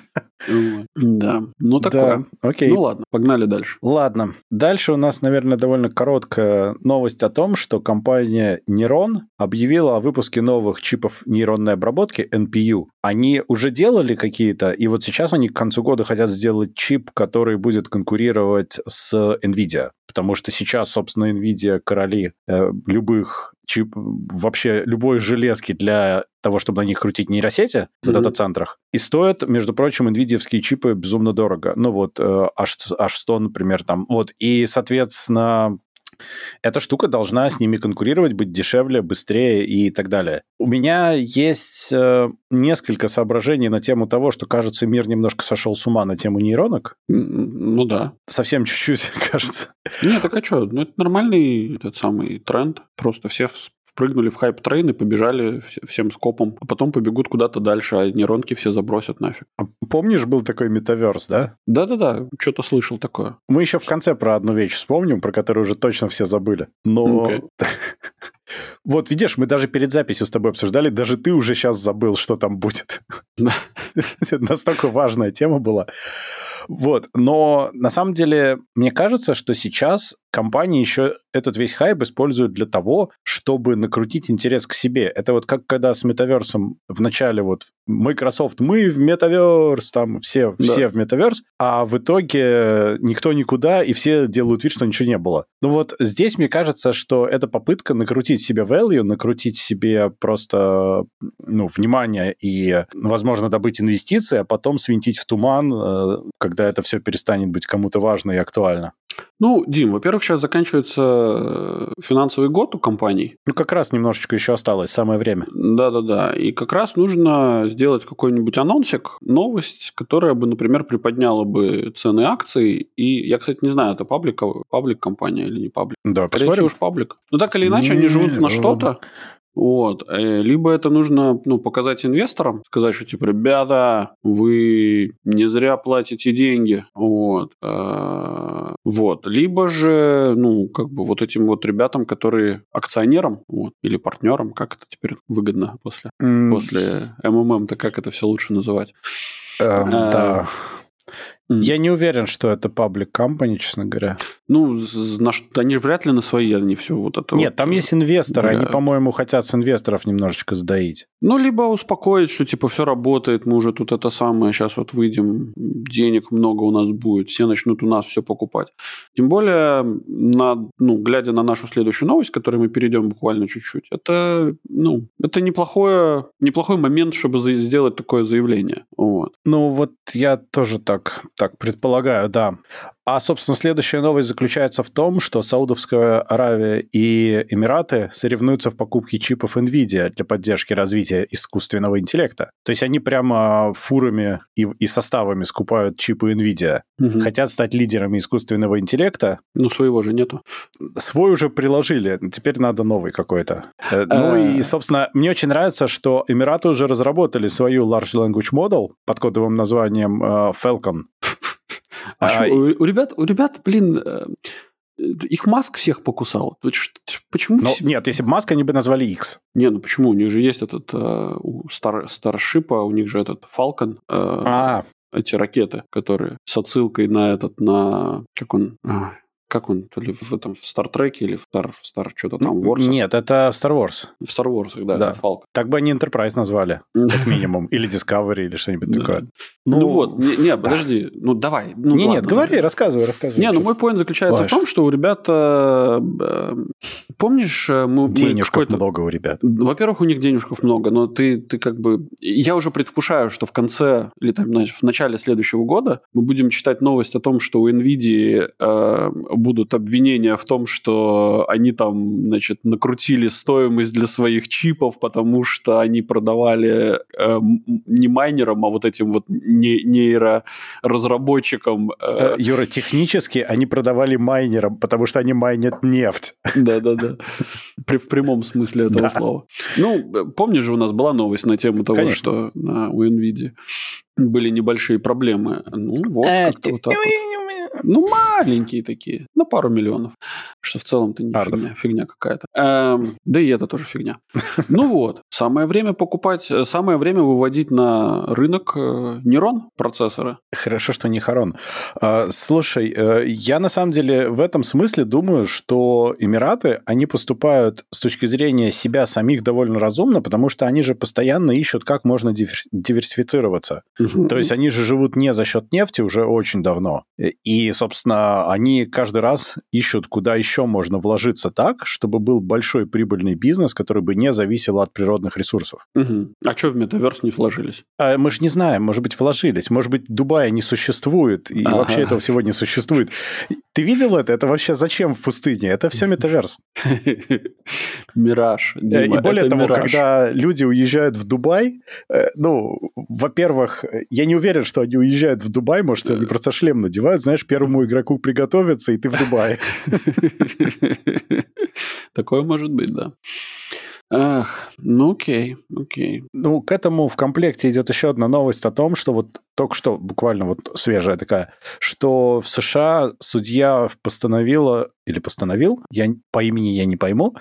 Да, ну такое. Окей. Ну ладно, погнали дальше. Ладно. Дальше у нас, наверное, довольно короткая новость о том, что компания Neuron объявила о выпуске новых чипов нейронной обработки, NPU. Они уже делали какие-то, и вот сейчас они к концу года хотят сделать чип, который будет конкурировать с NVIDIA. Потому что сейчас, собственно, NVIDIA короли любых вообще любой железки для того, чтобы на них крутить нейросети в дата-центрах. И стоят, между прочим, NVIDIA-вские чипы безумно дорого. Ну вот, H100, например, там. Вот, и, соответственно, эта штука должна с ними конкурировать, быть дешевле, быстрее и так далее. У меня есть несколько соображений на тему того, что, кажется, мир немножко сошел с ума на тему нейронок. Ну да. Совсем чуть-чуть, кажется. Нет, так а что? Ну, это нормальный этот самый тренд. Просто все впрыгнули в хайп-трейн и побежали всем скопом, а потом побегут куда-то дальше, а нейронки все забросят нафиг. А помнишь, был такой метаверс, да? Да-да-да, что-то слышал такое. Мы еще в конце про одну вещь вспомним, про которую уже точно все забыли. Но... Вот, видишь, мы даже перед записью с тобой обсуждали, даже ты уже сейчас забыл, что там будет. Это настолько важная тема была. Вот, но на самом деле, мне кажется, что сейчас компании еще этот весь хайп используют для того, чтобы накрутить интерес к себе. Это вот как когда с метаверсом в начале вот Microsoft, мы в метаверс, там все в метаверс, а в итоге никто никуда, и все делают вид, что ничего не было. Ну вот здесь, мне кажется, что это попытка накрутить себе value, накрутить себе просто внимание и, возможно, добыть инвестиции, а потом свинтить в туман, когда это все перестанет быть кому-то важно и актуально. Ну, Дим, во-первых, сейчас заканчивается финансовый год у компаний. Ну, как раз немножечко еще осталось, самое время. Да-да-да. И как раз нужно сделать какой-нибудь анонсик, новость, которая бы, например, приподняла бы цены акций. И я, кстати, не знаю, это паблик компания или не паблик. Да, скорее всего, уж паблик. Но так или иначе, они живут на что-то. Вот. Либо это нужно показать инвесторам, сказать, что типа, ребята, вы не зря платите деньги. Вот. Вот. Либо же, вот этим вот ребятам, которые акционерам, или партнерам, как это теперь выгодно после МММ-то, как это все лучше называть? Да. Я не уверен, что это public company, честно говоря. Ну, они вряд ли на свои, они все вот это... Нет, там есть инвесторы, они, по-моему, хотят с инвесторов немножечко сдаить. Ну, либо успокоить, что, типа, все работает, мы уже тут это самое, сейчас вот выйдем, денег много у нас будет, все начнут у нас все покупать. Тем более, глядя на нашу следующую новость, к которой мы перейдем буквально чуть-чуть, это неплохой момент, чтобы сделать такое заявление. Вот. Ну, вот я тоже так предполагаю, да. А, собственно, следующая новость заключается в том, что Саудовская Аравия и Эмираты соревнуются в покупке чипов NVIDIA для поддержки развития искусственного интеллекта. То есть они прямо фурами и составами скупают чипы NVIDIA. Угу. Хотят стать лидерами искусственного интеллекта. Ну, своего же нету. Свой уже приложили, теперь надо новый какой-то. Ну и, собственно, мне очень нравится, что Эмираты уже разработали свою Large Language Model под кодовым названием Falcon. У ребят, блин, их Маск всех покусал. Почему? Нет, если бы Маск, они бы назвали X. Не, ну почему? У них же есть этот у Старшипа, у них же этот Falcon. Эти ракеты, которые с отсылкой на как он, то ли в Стартреке или в Star что-то там, Wars? Нет, это Star Wars. В Star Wars, да. Это Falcon. Так бы они Enterprise назвали, как минимум. Или Discovery, или что-нибудь такое. Подожди. Ну, давай. Нет, говори, рассказывай. Не, мой поинт заключается в том, что у ребят... Помнишь... Денежков много у ребят. Во-первых, у них денежков много, но ты как бы... Я уже предвкушаю, что в конце или там в начале следующего года мы будем читать новость о том, что у NVIDIA будут обвинения в том, что они там, накрутили стоимость для своих чипов, потому что они продавали не майнерам, а вот этим вот нейроразработчикам. Юра, технически они продавали майнерам, потому что они майнят нефть. Да-да-да. В прямом смысле этого слова. Ну, помнишь же, у нас была новость на тему того, что у NVIDIA были небольшие проблемы. Ну, вот, как-то вот так вот. Ну, маленькие такие, на пару миллионов. Что в целом-то не фигня какая-то. Да и это тоже фигня. Ну вот, самое время покупать, самое время выводить на рынок Нейрон процессоры. Хорошо, что не Харон. Слушай, я на самом деле в этом смысле думаю, что Эмираты, они поступают с точки зрения себя самих довольно разумно, потому что они же постоянно ищут, как можно диверсифицироваться. То есть они же живут не за счет нефти уже очень давно. И, собственно, они каждый раз ищут, куда еще можно вложиться так, чтобы был большой прибыльный бизнес, который бы не зависел от природных ресурсов. А что в метаверс не вложились? Мы же не знаем, может быть, вложились. Может быть, Дубая не существует, и вообще этого всего не существует. Ты видел это? Это вообще зачем в пустыне? Это все метаверс. Мираж, Дима, и более того, мираж. Когда люди уезжают в Дубай, во-первых, я не уверен, что они уезжают в Дубай, может, они просто шлем надевают, знаешь, первому игроку приготовиться, и ты в Дубае. Такое может быть, да. Ах, ну окей. Ну, к этому в комплекте идет еще одна новость о том, что вот только что, буквально вот свежая такая, что в США судья постановил, по имени я не пойму,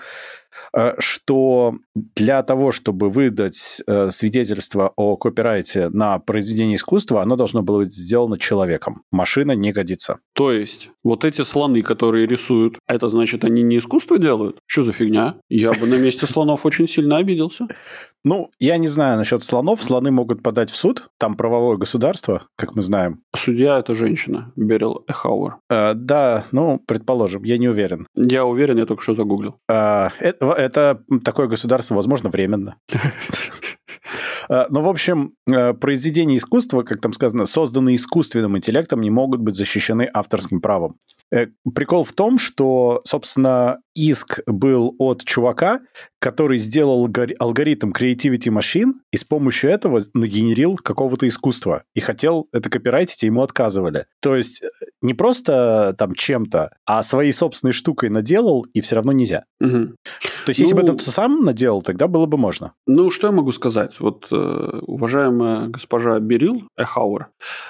что для того, чтобы выдать свидетельство о копирайте на произведение искусства, оно должно было быть сделано человеком. Машина не годится. То есть, вот эти слоны, которые рисуют, это значит, они не искусство делают? Что за фигня? Я бы на месте слонов очень сильно обиделся. Ну, я не знаю насчет слонов. Слоны могут подать в суд. Там правовое государство, как мы знаем. Судья – это женщина, Берил Эхауэр. Да, ну, предположим, я не уверен. Я уверен, я только что загуглил. Это такое государство, возможно, временно. Но, в общем, произведения искусства, как там сказано, созданные искусственным интеллектом, не могут быть защищены авторским правом. Прикол в том, что, собственно, иск был от чувака, который сделал алгоритм Creativity Machine и с помощью этого нагенерил какого-то искусства. И хотел это копирайтить, и ему отказывали. То есть не просто там чем-то, а своей собственной штукой наделал, и все равно нельзя. То есть если бы это ты сам наделал, тогда было бы можно. Ну, что я могу сказать? Вот уважаемая госпожа Берил Эхауэр,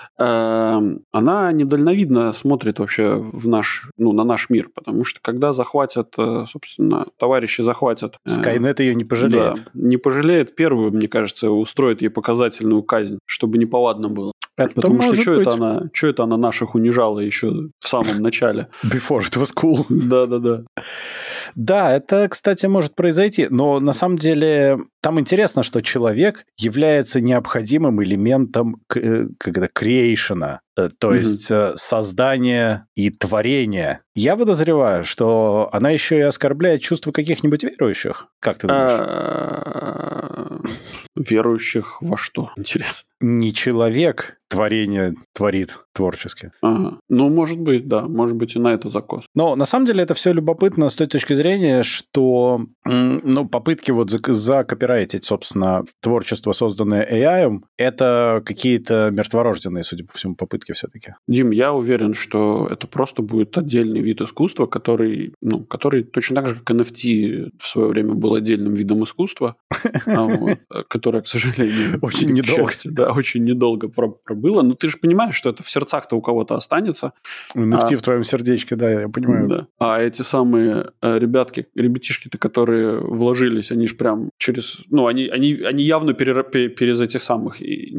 она недальновидно смотрит вообще на наш мир, потому что когда захватят, собственно, товарищи захватят... Скайнет ее не пожалеет. Да, не пожалеет. Первую, мне кажется, устроит ей показательную казнь, чтобы неповадно было. Потому что что это она наших унижала еще в самом начале. Before it was cool. Да. Да, это, кстати, может произойти, но на самом деле там интересно, что человек является необходимым элементом креейшена, то есть создания и творения. Я подозреваю, что она еще и оскорбляет чувства каких-нибудь верующих. Как ты думаешь? Верующих во что? Интересно. Не человек творение творит творчески. Ага. Ну, может быть, да. Может быть, и на это закос. Но на самом деле это все любопытно с той точки зрения, что попытки вот закопирайтить, собственно, творчество, созданное AI, это какие-то мертворожденные, судя по всему, попытки все-таки. Дим, я уверен, что это просто будет отдельный вид искусства, который точно так же, как NFT в свое время был отдельным видом искусства, которое, к сожалению... Очень недолго. Да, очень недолго пробыло. Но ты же понимаешь, что это в сердцах-то у кого-то останется. NFT в твоем сердечке, да, я понимаю. Да. А эти самые ребятишки-то, которые вложились, они же прям через... Ну, они явно перез этих самых...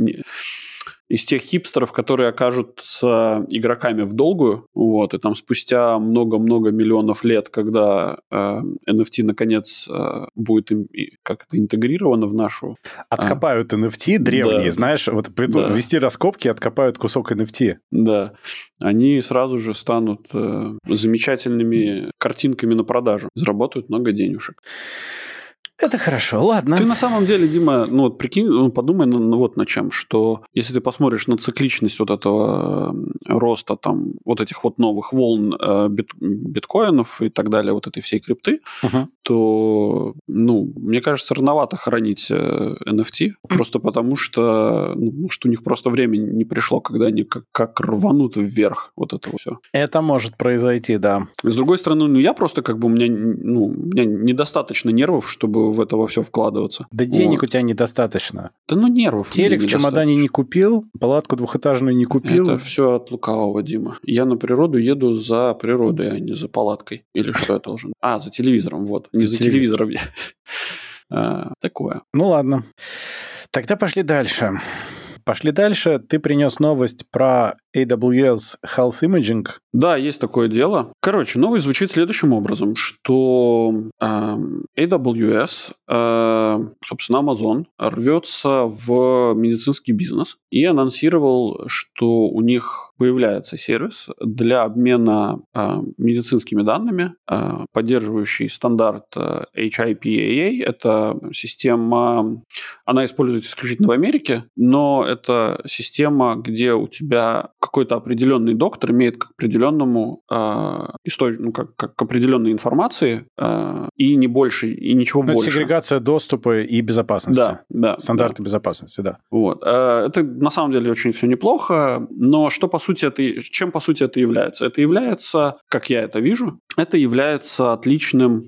Из тех хипстеров, которые окажутся игроками в долгую, вот, и там спустя много-много миллионов лет, когда NFT наконец будет как-то интегрировано в нашу... Откопают NFT древние, да. Знаешь, вот вести раскопки, откопают кусок NFT. Да, они сразу же станут замечательными картинками на продажу, заработают много денежек. Это хорошо, ладно. Ты на самом деле, Дима, прикинь, подумай вот на чем, что если ты посмотришь на цикличность вот этого роста там вот этих вот новых волн биткоинов и так далее, вот этой всей крипты, то, мне кажется, рановато хранить NFT, просто потому что, может, у них просто время не пришло, когда они как рванут вверх вот это все. Это может произойти, да. С другой стороны, я просто у меня недостаточно нервов, чтобы чтобы в это во все вкладываться. Да денег у тебя недостаточно. Да ну нервов. Телек в чемодане не купил, палатку двухэтажную не купил. Это все от лукавого, Дима. Я на природу еду за природой, а не за палаткой. Или что я должен? За телевизором, вот. Не за телевизором. Такое. Ну ладно. Тогда пошли дальше. Ты принес новость про AWS Health Imaging. Да, есть такое дело. Короче, новость звучит следующим образом, что AWS, собственно, Amazon, рвется в медицинский бизнес и анонсировал, что у них появляется сервис для обмена медицинскими данными, поддерживающий стандарт HIPAA. Это система, она используется исключительно в Америке, но это система, где у тебя какой-то определенный доктор имеет к определенному как к определенной информации и не больше, и ничего больше. Это сегрегация доступа и безопасности. Да. Стандарты безопасности, да. Вот. Это на самом деле очень все неплохо, но чем по сути это является? Это является, как я это вижу, это является отличным,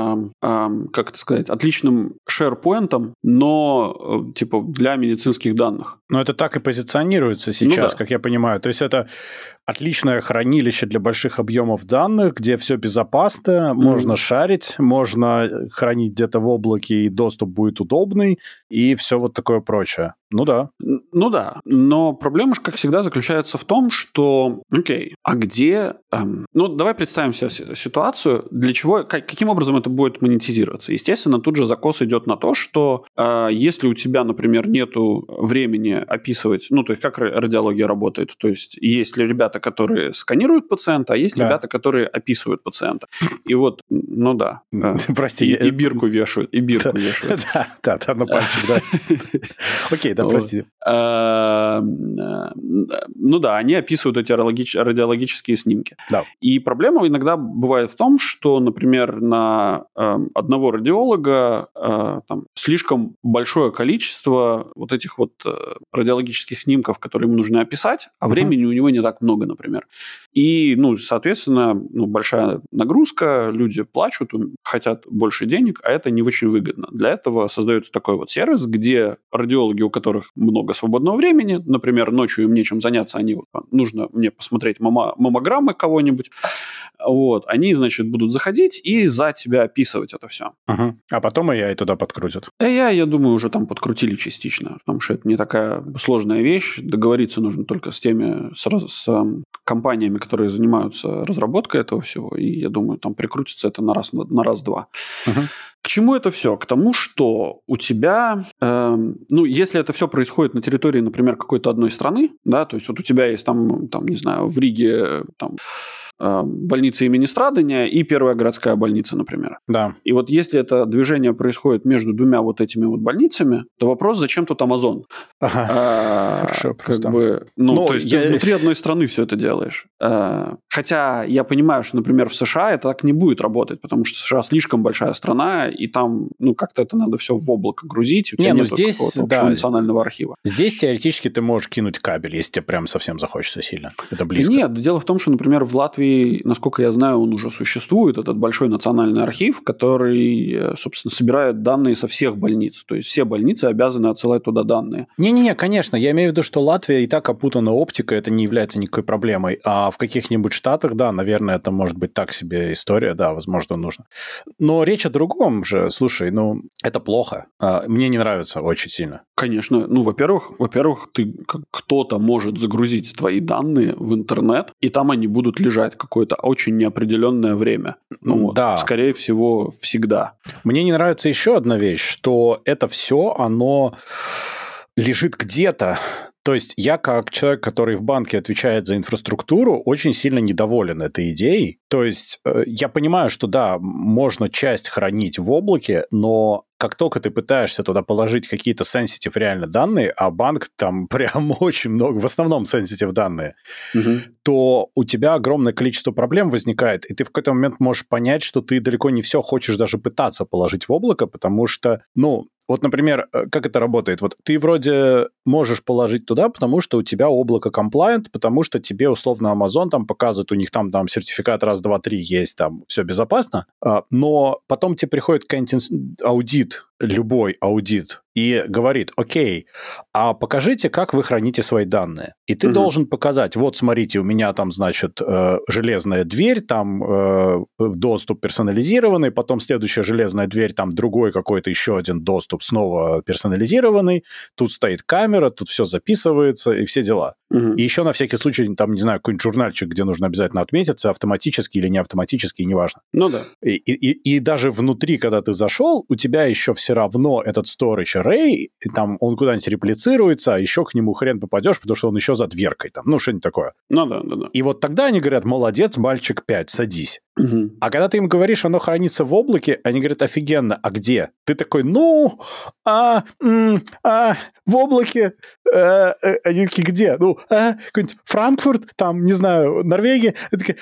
отличным SharePoint, но типа для медицинских данных. Но это так и позиционируется сейчас, как я понимаю. То есть это отличное хранилище для больших объемов данных, где все безопасно, можно шарить, можно хранить где-то в облаке, и доступ будет удобный, и все вот такое прочее. Ну да, но проблема же, как всегда, заключается в том, что, где... давай представим себе ситуацию, для чего, каким образом это будет монетизироваться. Естественно, тут же закос идет на то, что если у тебя, например, нету времени описывать, то есть как радиология работает, то есть есть ли ребята, которые сканируют пациента, а есть ребята, которые описывают пациента. И вот, Прости. И бирку вешают, Да, на пальчик, да. Окей, да, прости. Они описывают эти радиологические снимки. Да. И проблема иногда бывает в том, что, например, на одного радиолога слишком большое количество вот этих вот радиологических снимков, которые ему нужно описать, а времени у него не так много, например. И, соответственно, большая нагрузка, люди плачут, хотят больше денег, а это не очень выгодно. Для этого создается такой вот сервис, где радиологи, у которых много свободного времени, например, ночью им нечем заняться, нужно мне посмотреть маммограммы кого-нибудь, они, будут заходить и за тебя описывать это все. А потом AI туда подкрутят. AI, я думаю, уже там подкрутили частично, потому что это не такая сложная вещь, договориться нужно только с компаниями, которые занимаются разработкой этого всего, и я думаю, там прикрутится это на раз-два. К чему это все? К тому, что у тебя, если это все происходит на территории, например, какой-то одной страны, да, то есть вот у тебя есть не знаю, в Риге больница имени Страдания и первая городская больница, например. Да. И вот если это движение происходит между двумя вот этими вот больницами, то вопрос, зачем тут Amazon? Хорошо, просто. То есть ты внутри одной страны все это делаешь. Хотя я понимаю, что, например, в США это так не будет работать, потому что США слишком большая страна, и там, как-то это надо все в облако грузить, у тебя нет какого-то общего национального архива. Здесь теоретически ты можешь кинуть кабель, если тебе прям совсем захочется сильно. Это близко. Нет, дело в том, что, например, в Латвии, насколько я знаю, он уже существует, этот большой национальный архив, который, собственно, собирает данные со всех больниц. То есть все больницы обязаны отсылать туда данные. Не-не-не, конечно. Я имею в виду, что Латвия и так опутана оптикой, это не является никакой проблемой. А в каких-нибудь штатах, да, наверное, это может быть так себе история, да, возможно, нужно. Но речь о другом же. Слушай, это плохо. Мне не нравится очень сильно. Конечно. Во-первых, кто-то может загрузить твои данные в интернет, и там они будут лежать какое-то очень неопределенное время. Да. Скорее всего, всегда. Мне не нравится еще одна вещь, что это все, оно лежит где-то. То есть я, как человек, который в банке отвечает за инфраструктуру, очень сильно недоволен этой идеей. То есть я понимаю, что да, можно часть хранить в облаке, но как только ты пытаешься туда положить какие-то sensitive реально данные, а банк там прям очень много, в основном sensitive данные, то у тебя огромное количество проблем возникает, и ты в какой-то момент можешь понять, что ты далеко не все хочешь даже пытаться положить в облако, потому что, Вот, например, как это работает? Вот ты вроде можешь положить туда, потому что у тебя облако compliant, потому что тебе, условно, Amazon там показывает, у них там сертификат 1, 2, 3 есть, там все безопасно, но потом тебе приходит какой-нибудь аудит, любой аудит, и говорит, окей, а покажите, как вы храните свои данные. И ты должен показать, вот смотрите, у меня там, значит, железная дверь, там доступ персонализированный, потом следующая железная дверь, там другой какой-то еще один доступ, снова персонализированный, тут стоит камера, тут все записывается и все дела. И еще на всякий случай, там, не знаю, какой-нибудь журнальчик, где нужно обязательно отметиться, автоматически или не автоматически, неважно. Ну да. И даже внутри, когда ты зашел, у тебя еще все равно этот storage array, и там он куда-нибудь реплицируется, а еще к нему хрен попадешь, потому что он еще за дверкой там, ну, что-нибудь такое. Ну да. И вот тогда они говорят, молодец, мальчик 5, садись. А когда ты им говоришь, оно хранится в облаке, они говорят, офигенно, а где? Ты такой, в облаке. Они такие, где? Какой-нибудь Франкфурт, там, не знаю, Норвегия. Ты такой,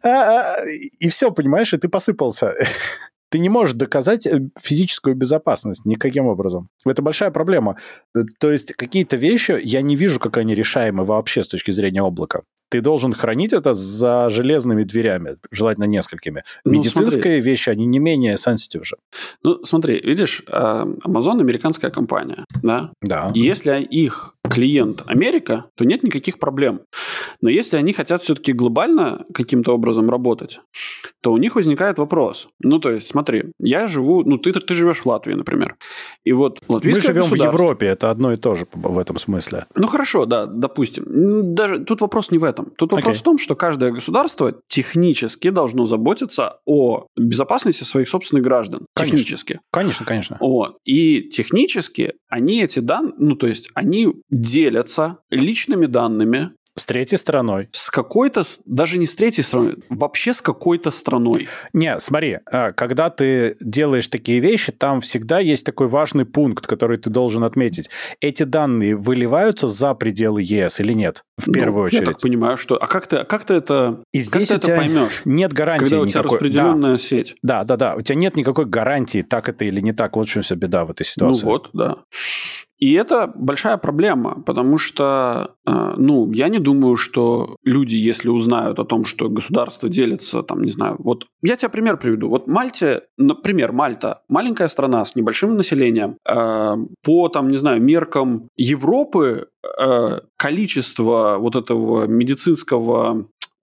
и все, понимаешь, и ты посыпался. Ты не можешь доказать физическую безопасность никаким образом. Это большая проблема. То есть какие-то вещи, я не вижу, как они решаемы вообще с точки зрения облака. Ты должен хранить это за железными дверями, желательно несколькими. Медицинские вещи, они не менее sensitive же. Ну, смотри, видишь, Amazon американская компания, да? Да. И если их клиент Америка, то нет никаких проблем. Но если они хотят все-таки глобально каким-то образом работать, то у них возникает вопрос. Ну, то есть, смотри, я живу... Ну, ты живешь в Латвии, например. И вот латвийское Мы живем в Европе, это одно и то же в этом смысле. Ну, хорошо, да, допустим. Даже тут вопрос не в этом. Тут вопрос в том, что каждое государство технически должно заботиться о безопасности своих собственных граждан. Конечно. Технически. Конечно. Вот. И технически они эти данные... Ну, то есть, они делятся личными данными с третьей стороной. С какой-то, даже не с третьей стороной, вообще с какой-то страной. Не, смотри, когда ты делаешь такие вещи, там всегда есть такой важный пункт, который ты должен отметить. Эти данные выливаются за пределы ЕС или нет? В первую очередь. Я так понимаю, что... А как ты это, и здесь как ты это поймешь? Нет гарантии когда никакой. У тебя распределенная сеть. Да. У тебя нет никакой гарантии, так это или не так. Вот в чем вся беда в этой ситуации. Ну вот, да. И это большая проблема, потому что, я не думаю, что люди, если узнают о том, что государство делится, там, не знаю, вот я тебе пример приведу. Вот Мальта, маленькая страна с небольшим населением, по, там, не знаю, меркам Европы количество вот этого медицинских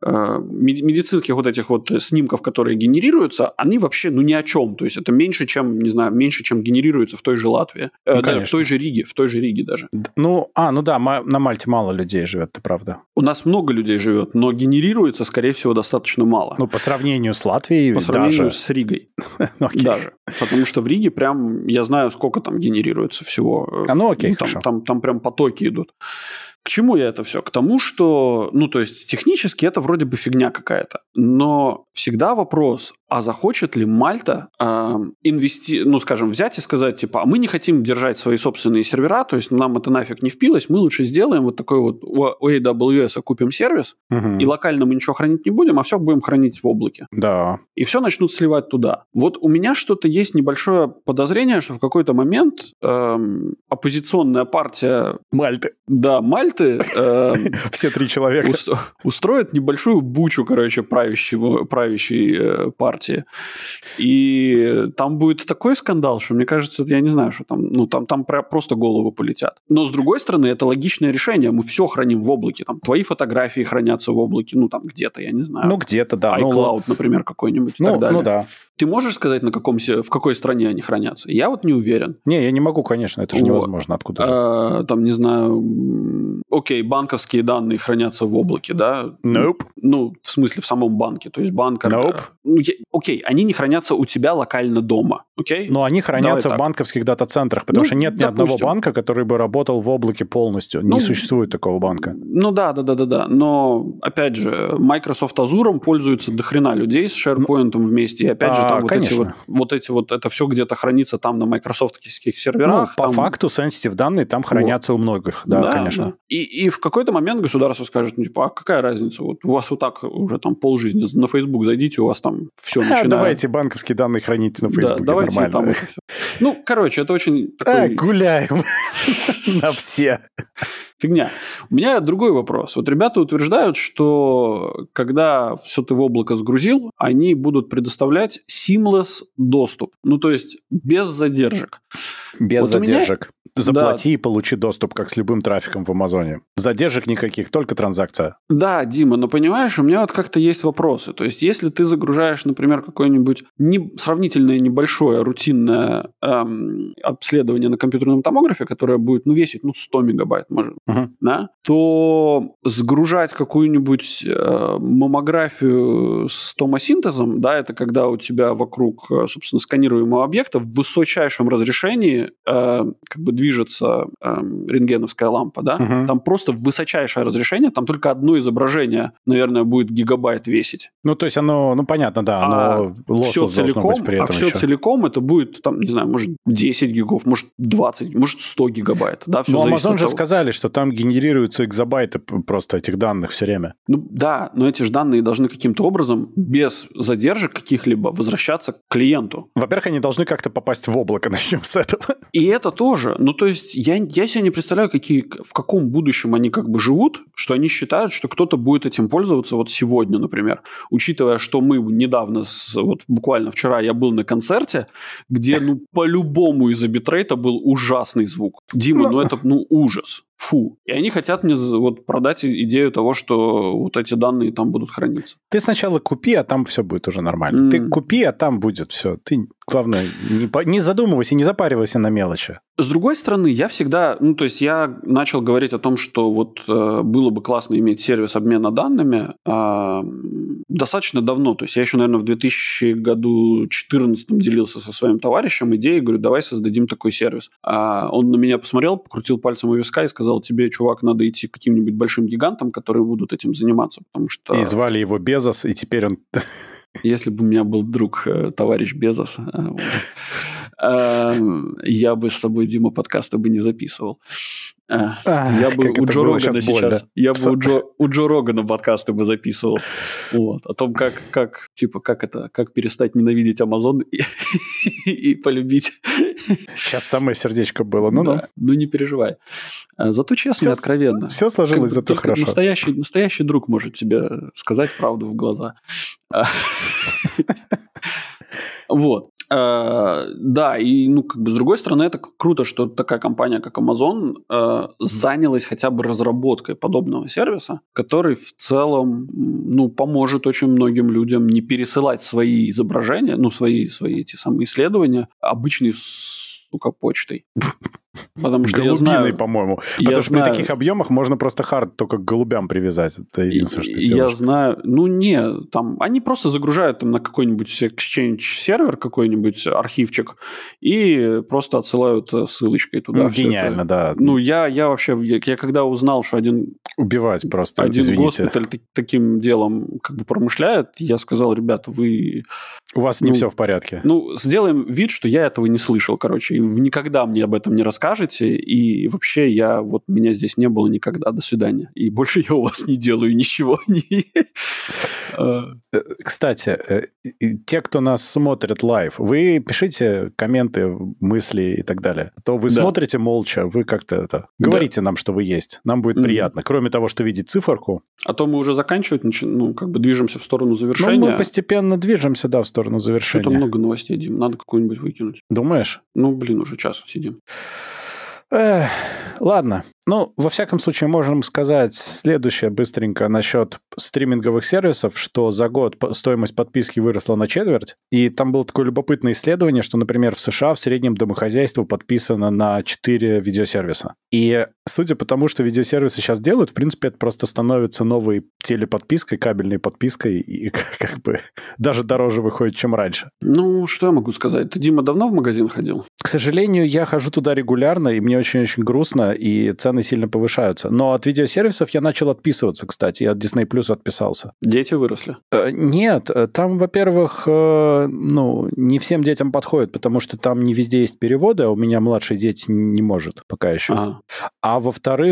вот этих вот снимков, которые генерируются, они вообще, ни о чем. То есть это меньше, чем генерируется в той же Латвии. Да, в той же Риге даже. На Мальте мало людей живет, это правда. У нас много людей живет, но генерируется, скорее всего, достаточно мало. Ну, по сравнению с Латвией по сравнению с Ригой. Даже. Потому что в Риге прям, я знаю, сколько там генерируется всего. Хорошо. Там прям потоки идут. К чему я это все? К тому, что, то есть технически это вроде бы фигня какая-то, но всегда вопрос, а захочет ли Мальта взять и сказать, типа, а мы не хотим держать свои собственные сервера, то есть нам это нафиг не впилось, мы лучше сделаем вот такой вот у AWS купим сервис, и локально мы ничего хранить не будем, а все будем хранить в облаке. Да. И все начнут сливать туда. Вот у меня что-то есть небольшое подозрение, что в какой-то момент оппозиционная партия... Мальты. Да, Мальты. Все 3 человека. Устроят небольшую бучу, правящей партии. И там будет такой скандал, что, мне кажется, я не знаю, что там просто головы полетят. Но, с другой стороны, это логичное решение. Мы все храним в облаке. Там твои фотографии хранятся в облаке. Где-то, я не знаю. Где-то, да. iCloud, например, какой-нибудь и так далее. Да. Ты можешь сказать, в какой стране они хранятся? Я вот не уверен. Не, я не могу, конечно. Это же невозможно. Откуда же? Там, не знаю... Окей, банковские данные хранятся в облаке, да? Nope. В смысле, в самом банке. То есть банк... Nope. Окей, они не хранятся у тебя локально дома, окей? Но они хранятся в банковских дата-центрах, потому что нет ни одного банка, который бы работал в облаке полностью. Не существует такого банка. Да. Но, опять же, Microsoft Azure пользуются дохрена людей с SharePoint вместе. И опять же, там это все где-то хранится там на майкрософтских серверах. По факту sensitive данные там хранятся у многих, да, конечно. Да. И в какой-то момент государство скажет, а какая разница? Вот у вас вот так уже там полжизни на Facebook зайдите, у вас там все начинаю... Давайте банковские данные храните на Фейсбуке, давайте нормально. Там это все. Ну, короче, это очень такой... Гуляем на все. Фигня. У меня другой вопрос. Вот ребята утверждают, что когда все ты в облако сгрузил, они будут предоставлять seamless доступ. Ну, то есть без задержек. Без задержек. Заплати и получи доступ, как с любым трафиком в Амазоне. Задержек никаких, только транзакция. Да, Дима, но понимаешь, у меня вот как-то есть вопросы. То есть если ты загружаешь, например, какое-нибудь сравнительно небольшое рутинное обследование на компьютерном томографе, которое будет весить 100 мегабайт, может, да, то сгружать какую-нибудь маммографию с томосинтезом, да, это когда у тебя вокруг, собственно, сканируемого объекта в высочайшем разрешении как бы движется рентгеновская лампа, да, там просто высочайшее разрешение, там только одно изображение, наверное, будет гигабайт весить. Ну, то есть оно, понятно, да, оно все целиком, быть при этом все еще. Целиком это будет, там, не знаю, может 10 гигов, может 20, может 100 гигабайт. Да, но Amazon же сказали, что там генерируются экзобайты просто этих данных все время. Ну да, но эти же данные должны каким-то образом без задержек каких-либо возвращаться к клиенту. Во-первых, они должны как-то попасть в облако, начнем с этого. И это тоже. Ну, то есть я себе не представляю, в каком будущем они как бы живут, что они считают, что кто-то будет этим пользоваться вот сегодня, например. Учитывая, что мы недавно, вот буквально вчера я был на концерте, где, по-любому из-за битрейта был ужасный звук. Дима, это, ужас. Фу. И они хотят мне вот продать идею того, что вот эти данные там будут храниться. Ты сначала купи, а там все будет уже нормально. Ты купи, а там будет все. Ты, главное, не задумывайся, не запаривайся на мелочи. С другой стороны, я всегда... то есть я начал говорить о том, что вот было бы классно иметь сервис обмена данными достаточно давно. То есть я еще, наверное, в 2014 делился со своим товарищем идеей, говорю, давай создадим такой сервис. Он на меня посмотрел, покрутил пальцем у виска и сказал, тебе, чувак, надо идти к каким-нибудь большим гигантам, которые будут этим заниматься, потому что... И звали его Безос, и теперь он... Если бы у меня был друг, товарищ Безос, я бы с тобой, Дима, подкасты бы не записывал. Я бы у Джо Рогана сейчас... Я бы у Джо Рогана подкасты бы записывал. Вот. О том, как перестать ненавидеть Amazon и полюбить. Сейчас самое сердечко было. Да, не переживай. Зато честно и откровенно. Все сложилось зато хорошо. Настоящий друг может тебе сказать правду в глаза. Вот. Да, и с другой стороны, это круто, что такая компания, как Amazon, занялась хотя бы разработкой подобного сервиса, который в целом, поможет очень многим людям не пересылать свои изображения, свои эти самые исследования обычной, почтой. Потому что голубиной, по-моему. Потому что при таких объемах можно просто хард только к голубям привязать. Это единственное, что ты сделаешь. Я знаю. Там они просто загружают там на какой-нибудь Exchange сервер, какой-нибудь архивчик, и просто отсылают ссылочкой туда. Гениально, да. Я вообще, я когда узнал, что убивать просто, один госпиталь таким делом как бы промышляет, я сказал, ребята, у вас не все в порядке. Сделаем вид, что я этого не слышал, короче, и никогда мне об этом не расскажете, и вообще меня здесь не было никогда, до свидания. И больше я у вас не делаю ничего. Кстати, те, кто нас смотрит лайв, вы пишите комменты, мысли и так далее. То вы смотрите молча, вы как-то говорите нам, что вы есть. Нам будет приятно. Кроме того, что видеть циферку. А то мы уже заканчивать, движемся в сторону завершения. Мы постепенно движемся, в сторону завершения. Что-то много новостей, Дим. Надо какую-нибудь выкинуть. Думаешь? Уже час сидим. Ладно. Во всяком случае, можем сказать следующее быстренько насчет стриминговых сервисов, что за год стоимость подписки выросла на четверть. И там было такое любопытное исследование, что, например, в США в среднем домохозяйство подписано на 4 видеосервиса. И судя по тому, что видеосервисы сейчас делают, в принципе, это просто становится новой телеподпиской, кабельной подпиской, и как бы даже дороже выходит, чем раньше. Что я могу сказать? Ты, Дима, давно в магазин ходил? К сожалению, я хожу туда регулярно, и мне очень-очень грустно, и цены сильно повышаются. Но от видеосервисов я начал отписываться, кстати. Я от Disney Plus отписался. Дети выросли? Нет. Там, во-первых, не всем детям подходит, потому что там не везде есть переводы, а у меня младшие дети не может пока еще. Ага. А во-вторых,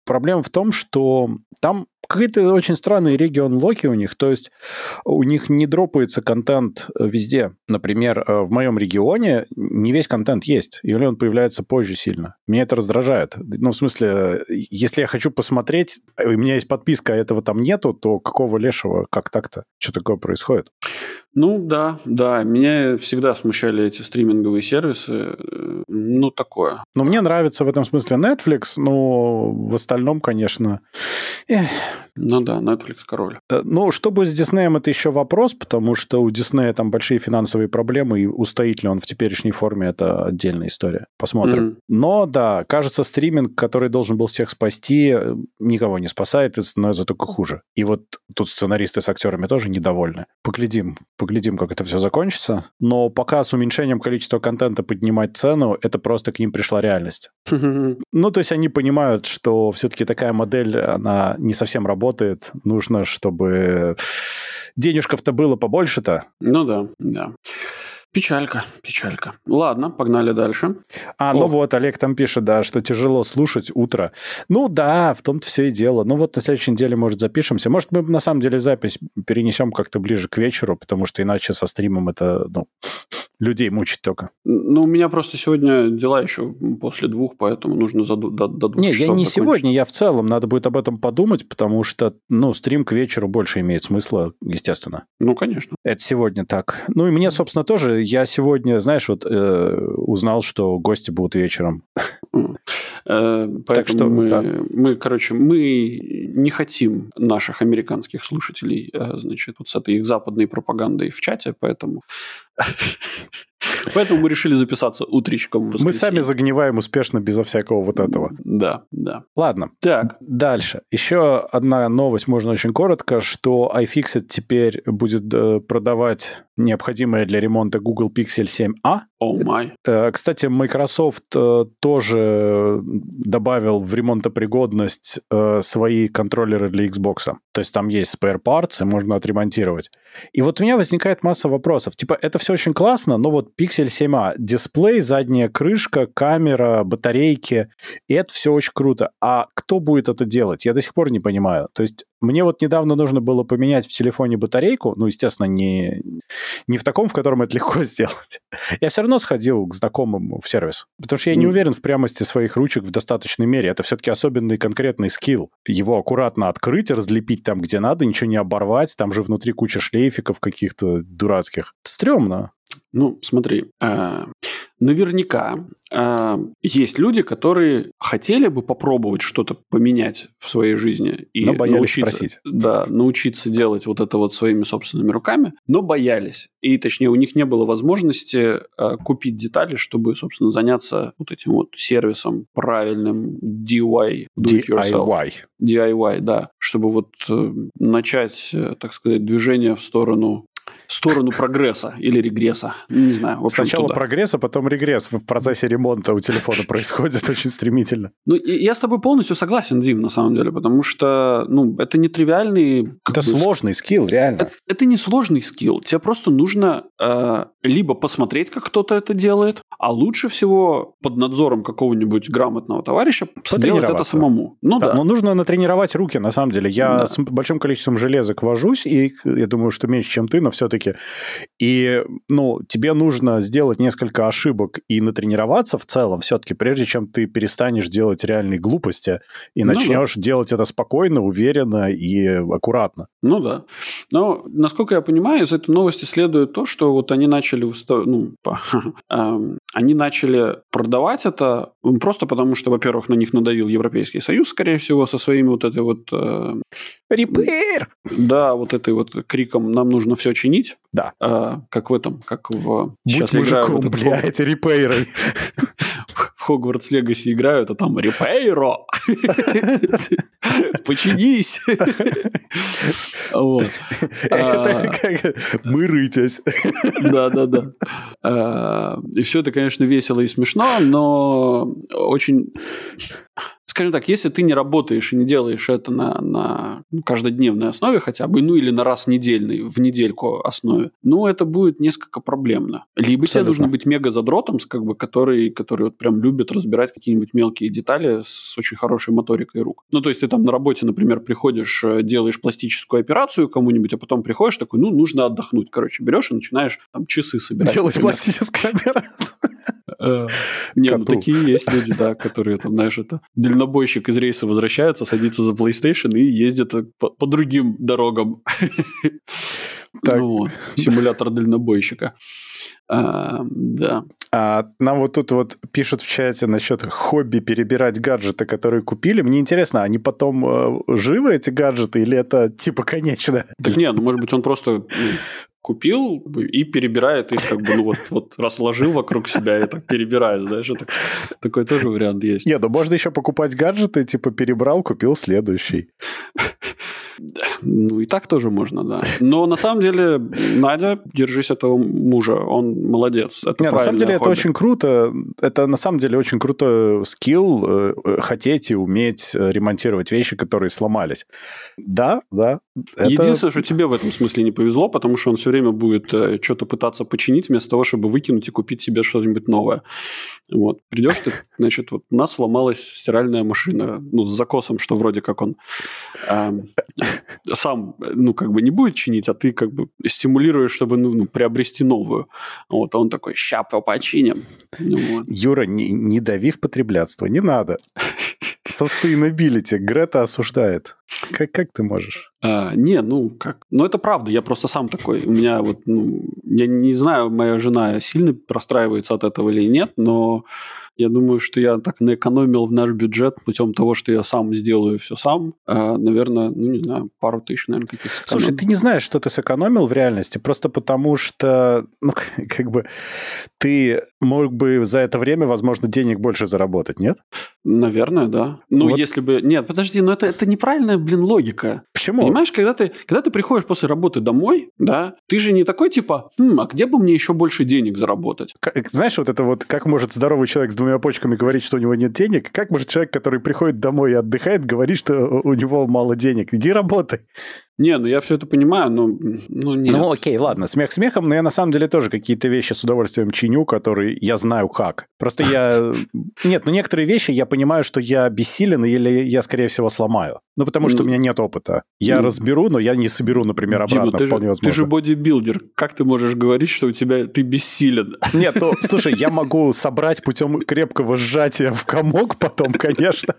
Проблема в том, что там какие-то очень странные регион-локи у них, то есть у них не дропается контент везде. Например, в моем регионе не весь контент есть, или он появляется позже сильно. Меня это раздражает. Ну, в смысле, если я хочу посмотреть, у меня есть подписка, а этого там нету, то какого лешего, как так-то? Что такое происходит? Ну, да, меня всегда смущали эти стриминговые сервисы, ну, такое. Ну, мне нравится в этом смысле Netflix, но в остальном, конечно... Ну да, Netflix король. Ну, что будет с Диснеем, это еще вопрос, потому что у Диснея там большие финансовые проблемы, и устоит ли он в теперешней форме, это отдельная история. Посмотрим. Но, да, кажется, стриминг, который должен был всех спасти, никого не спасает и становится только хуже. И вот тут сценаристы с актерами тоже недовольны. Поглядим, как это все закончится. Но пока с уменьшением количества контента поднимать цену, это просто к ним пришла реальность. Ну, то есть они понимают, что все-таки такая модель, она не совсем работает. Нужно, чтобы денежков-то было побольше-то. Ну да. Печалька. Ладно, погнали дальше. Ну вот, Олег там пишет, да, что тяжело слушать утро. Ну да, в том-то все и дело. Ну вот на следующей неделе, может, запишемся. Может, мы на самом деле запись перенесем как-то ближе к вечеру, потому что иначе со стримом это, людей мучить только. Ну, у меня просто сегодня дела еще после 2, поэтому нужно до 2 часов я не закончить. сегодня, я в целом. Надо будет об этом подумать, потому что, стрим к вечеру больше имеет смысла, естественно. Ну, конечно. Это сегодня так. Ну, и мне, собственно, тоже. Я сегодня, знаешь, узнал, что гости будут вечером. Поэтому мы не хотим наших американских слушателей, значит, вот с этой их западной пропагандой в чате, поэтому мы решили записаться утречком в воскресенье. Мы сами загниваем успешно безо всякого вот этого. Да. Ладно. Так. Дальше. Еще одна новость, можно очень коротко, что iFixit теперь будет продавать необходимое для ремонта Google Pixel 7a. Кстати, Microsoft тоже добавил в ремонтопригодность свои контроллеры для Xbox. То есть там есть spare parts, и можно отремонтировать. И вот у меня возникает масса вопросов. Типа, это все очень классно, но вот Pixel 7a, дисплей, задняя крышка, камера, батарейки, и это все очень круто. А кто будет это делать? Я до сих пор не понимаю. То есть мне вот недавно нужно было поменять в телефоне батарейку, естественно, не в таком, в котором это легко сделать. Я все равно сходил к знакомым в сервис, потому что я не уверен в прямости своих ручек в достаточной мере. Это все-таки особенный конкретный скилл. Его аккуратно открыть, разлепить там, где надо, ничего не оборвать, там же внутри куча шлейфиков каких-то дурацких. Это стрёмно. Ну, смотри, наверняка есть люди, которые хотели бы попробовать что-то поменять в своей жизни. Но боялись спросить. Да, научиться делать вот это вот своими собственными руками, но боялись. И, точнее, у них не было возможности купить детали, чтобы, собственно, заняться вот этим вот сервисом правильным DIY, DIY, да. Чтобы вот начать, так сказать, движение в сторону прогресса или регресса. Не знаю. Сначала прогресс, а потом регресс в процессе ремонта у телефона происходит очень стремительно. Ну, я с тобой полностью согласен, Дим, на самом деле, потому что, это не тривиальный... Это сложный скилл, реально. Это не сложный скилл. Тебе просто нужно либо посмотреть, как кто-то это делает, а лучше всего под надзором какого-нибудь грамотного товарища сделать это самому. Да. Но нужно натренировать руки, на самом деле. Я с большим количеством железок вожусь, и я думаю, что меньше, чем ты, но все-таки. И, тебе нужно сделать несколько ошибок и натренироваться в целом все-таки, прежде чем ты перестанешь делать реальные глупости и начнешь делать это спокойно, уверенно и аккуратно. Ну да. Но, насколько я понимаю, из этой новости следует то, что вот они начали они начали продавать это просто потому, что, во-первых, на них надавил Европейский Союз, скорее всего, со своими вот этой вот... Repair! Да, вот этой вот криком «нам нужно все чинить». Да. Как в этом, как в... Будь мужиком, эти репейры. В Хогвартс Легаси играют, а там «Репейро!» Починись! Это как «мы рытесь». Да. И все это, конечно, весело и смешно, но очень... скажем так, если ты не работаешь и не делаешь это на каждодневной основе хотя бы, ну или на раз недельной, в недельку основе, ну это будет несколько проблемно. Либо тебе нужно быть мега-задротом, как бы, который вот прям любит разбирать какие-нибудь мелкие детали с очень хорошей моторикой рук. Ну то есть ты там на работе, например, приходишь, делаешь пластическую операцию кому-нибудь, а потом приходишь такой, ну нужно отдохнуть. Короче, берешь и начинаешь там часы собирать. Делать пластическую операцию. Не, ну такие есть люди, да, которые там, знаешь, это дальнобойщик из рейса возвращается, садится за PlayStation и ездит по другим дорогам. Симулятор дальнобойщика. Да. Нам вот тут вот пишут в чате насчет хобби перебирать гаджеты, которые купили. Мне интересно, они потом живы, эти гаджеты, или это типа конечно? Так нет, ну может быть он просто купил и перебирает их, как бы, ну вот разложил вокруг себя и так перебирает, знаешь, такой тоже вариант есть. Нет, ну можно еще покупать гаджеты, типа перебрал, купил следующий. Ну, и так тоже можно, да. Но на самом деле, Надя, держись этого мужа, он молодец. Это на самом деле хобби. Это очень круто. Это на самом деле очень крутой скилл, хотеть и уметь ремонтировать вещи, которые сломались. Да. Единственное, что тебе в этом смысле не повезло, потому что он все время будет что-то пытаться починить, вместо того, чтобы выкинуть и купить себе что-нибудь новое. Вот. Придешь ты, значит, вот у нас сломалась стиральная машина, ну, с закосом, что вроде как он сам, ну, как бы не будет чинить, а ты как бы стимулируешь, чтобы приобрести новую. Вот, а он такой, ща починим. Вот. Юра, не дави в потреблятство, не надо. Sustainability. Грета осуждает. Как ты можешь? Как? Ну, это правда. Я просто сам такой. У меня вот, я не знаю, моя жена сильно расстраивается от этого или нет, но я думаю, что я так наэкономил в наш бюджет путем того, что я сам сделаю все сам. Наверное, не знаю, пару тысяч, наверное, каких-то сэкономил. Слушай, ты не знаешь, что ты сэкономил в реальности, просто потому что, как бы, ты мог бы за это время, возможно, денег больше заработать, нет? Наверное, да. Ну, вот. Если бы... Нет, подожди, но это неправильная, логика. Почему? Понимаешь, когда ты приходишь после работы домой, да, ты же не такой типа, а где бы мне еще больше денег заработать? Знаешь, вот это вот, как может здоровый человек с 2 почками говорить, что у него нет денег? Как может человек, который приходит домой и отдыхает, говорить, что у него мало денег? Иди работай. Не, я все это понимаю, но нет. Ну, окей, ладно, смех смехом, но я на самом деле тоже какие-то вещи с удовольствием чиню, которые я знаю как. Просто я... Нет, некоторые вещи я понимаю, что я бессилен или я, скорее всего, сломаю. Потому что у меня нет опыта. Я разберу, но я не соберу, например, обратно, Дима, вполне возможно. Ты же бодибилдер. Как ты можешь говорить, что ты бессилен? Нет, слушай, я могу собрать путем крепкого сжатия в комок потом, конечно.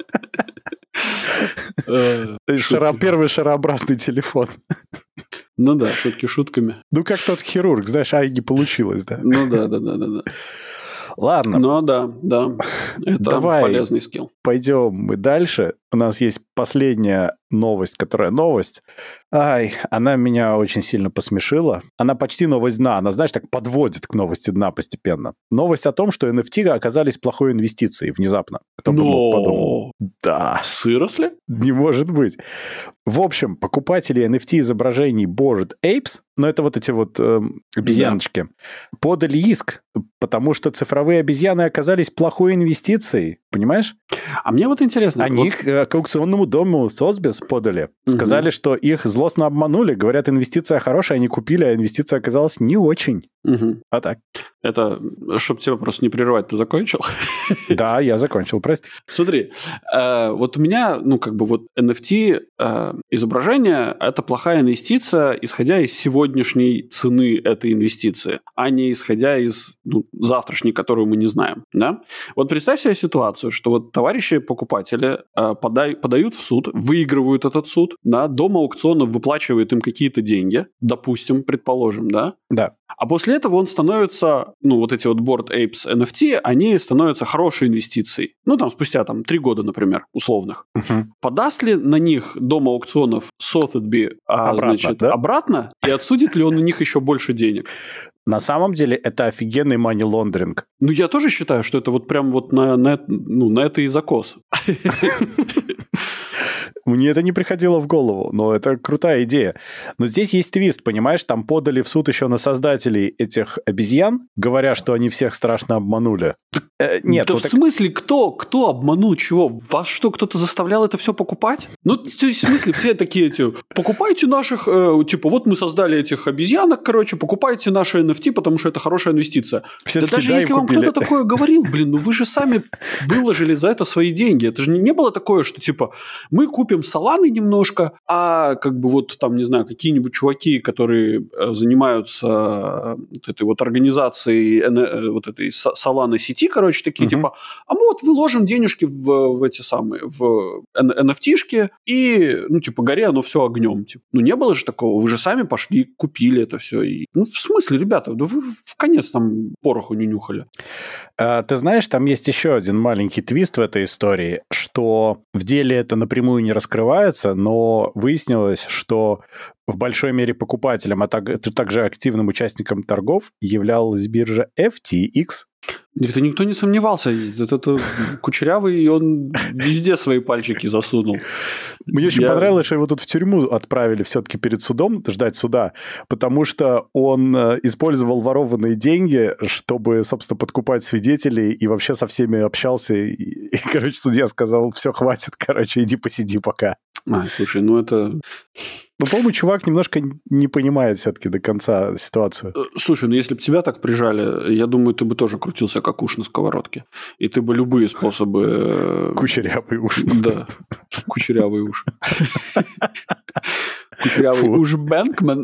Первый шарообразный телефон. Ну да, шутки шутками. Ну, как тот хирург, знаешь, не получилось, да? Ну да. Ладно. Ну да. Это полезный скилл. Пойдем мы дальше. У нас есть последняя новость, которая новость. Она меня очень сильно посмешила. Она почти новость дна. Она, знаешь, так подводит к новости дна постепенно. Новость о том, что NFT оказались плохой инвестицией внезапно. Кто бы мог подумать. Да. Сыросли? Не может быть. В общем, покупатели NFT изображений Bored Apes, это вот эти вот обезьяночки, подали иск, потому что цифровые обезьяны оказались плохой инвестицией. Понимаешь? А мне вот интересно. Они к аукционному дому Sotheby's подали. Сказали, что их злостно обманули. Говорят, инвестиция хорошая, они купили, а инвестиция оказалась не очень. А так. Это, чтобы тебя просто не прерывать, ты закончил? Да, я закончил, прости. Смотри, вот у меня, NFT изображение – это плохая инвестиция, исходя из сегодняшней цены этой инвестиции, а не исходя из завтрашней, которую мы не знаем. Да? Вот представь себе ситуацию, что вот товарищи покупатели подают в суд, выигрывают этот суд, да, дом аукционов выплачивает им какие-то деньги, допустим, предположим, да? Да. А после этого он становится, вот эти вот Bored Apes NFT, они становятся хорошей инвестицией. Спустя 3 года, например, условных. Подаст ли на них дом аукционов Sotheby's обратно, и отсудит ли он у них еще больше денег? На самом деле это офигенный мани-лондринг. Я тоже считаю, что это вот прям вот на это и закос. Мне это не приходило в голову, но это крутая идея. Но здесь есть твист, понимаешь? Там подали в суд еще на создателей этих обезьян, говоря, что они всех страшно обманули. Нет, да в смысле, кто обманул чего? Вас что, кто-то заставлял это все покупать? Ну, то есть, в смысле, все такие, покупайте наших, вот мы создали этих обезьянок, покупайте наши NFT, потому что это хорошая инвестиция. Да даже если вам кто-то такое говорил, ну вы же сами выложили за это свои деньги. Это же не было такое, что, мы купим Solana немножко, а там, не знаю, какие-нибудь чуваки, которые занимаются этой организацией этой Solana сети, такие, а мы выложим денежки в эти самые, в NFT-шки, и, гори оно все огнем. Не было же такого, вы же сами пошли, купили это все. И... в смысле, ребята, да вы в конец там пороху не нюхали. Ты знаешь, там есть еще один маленький твист в этой истории, что в деле это напрямую не раскрывается, но выяснилось, что в большой мере покупателем, а также активным участником торгов являлась биржа FTX. Это никто не сомневался. Это Кучерявый, и он везде свои пальчики засунул. Мне очень понравилось, что его тут в тюрьму отправили все-таки перед судом, ждать суда, потому что он использовал ворованные деньги, чтобы, собственно, подкупать свидетелей, и вообще со всеми общался. И судья сказал, все, хватит, иди посиди пока. Слушай, это... по-моему, чувак немножко не понимает все-таки до конца ситуацию. Слушай, если бы тебя так прижали, я думаю, ты бы тоже крутился как уж на сковородке. И ты бы любые способы... Кучерявый уж. Да, кучерявый уж. Кучерявый уж Бэнкман.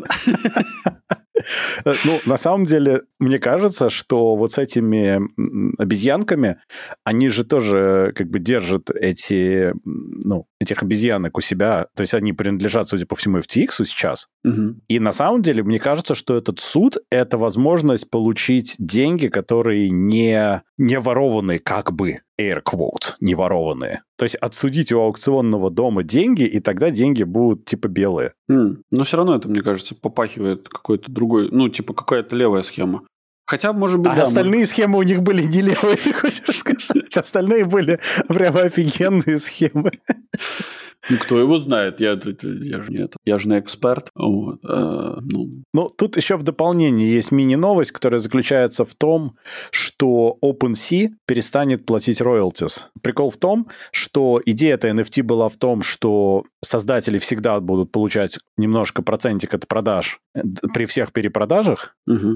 На самом деле, мне кажется, что вот с этими обезьянками, они же тоже держат этих обезьянок у себя, то есть они принадлежат, судя по всему, FTX сейчас. Угу. И на самом деле, мне кажется, что этот суд — это возможность получить деньги, которые не ворованные, air quote, не ворованные. То есть отсудить у аукционного дома деньги, и тогда деньги будут белые. Но все равно это, мне кажется, попахивает какой-то другой, какая-то левая схема. Хотя, может быть, остальные схемы у них были не левые, ты хочешь сказать? Остальные были прямо офигенные схемы. Кто его знает? Я же не эксперт. Тут еще в дополнение есть мини-новость, которая заключается в том, что OpenSea перестанет платить royalties. Прикол в том, что идея этой NFT была в том, что создатели всегда будут получать немножко процентик от продаж при всех перепродажах,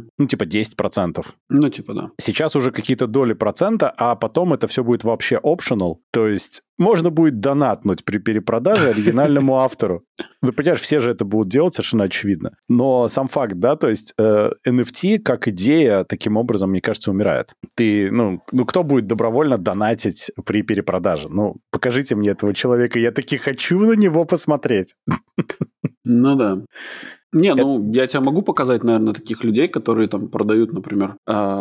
10%. Да. Сейчас уже какие-то доли процента, а потом это все будет вообще optional. То есть можно будет донатнуть при перепродаже оригинальному автору. Вы понимаешь, все же это будут делать, совершенно очевидно. Но сам факт, да, то есть NFT как идея таким образом, мне кажется, умирает. Кто будет добровольно донатить при перепродаже? Покажите мне этого человека, я таки хочу на него посмотреть. Ну да. Я тебе могу показать, наверное, таких людей, которые там продают, например,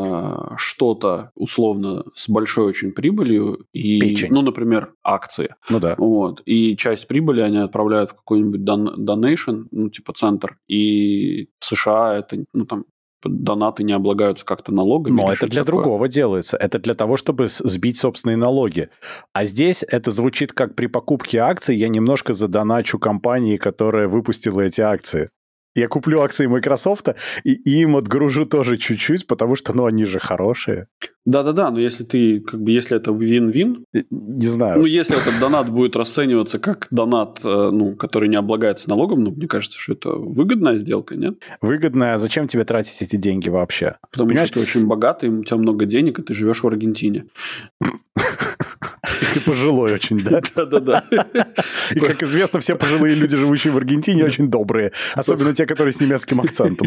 что-то условно с большой очень прибылью. Например, акции. Да. И часть прибыли они отправляют в какой-нибудь donation, центр. И в США это, донаты не облагаются как-то налогами. Но это для другого делается. Это для того, чтобы сбить собственные налоги. А здесь это звучит как при покупке акций я немножко задоначу компании, которая выпустила эти акции. Я куплю акции Microsoft и им отгружу тоже чуть-чуть, потому что, они же хорошие. Да-да-да, но если ты, если это win-win... Не знаю. Если этот донат будет расцениваться как донат, который не облагается налогом, мне кажется, что это выгодная сделка, нет? Выгодная. А зачем тебе тратить эти деньги вообще? Потому что ты очень богатый, у тебя много денег, и ты живешь в Аргентине. Ты пожилой очень, да? Да-да-да. И, как известно, все пожилые люди, живущие в Аргентине, очень добрые. Особенно те, которые с немецким акцентом.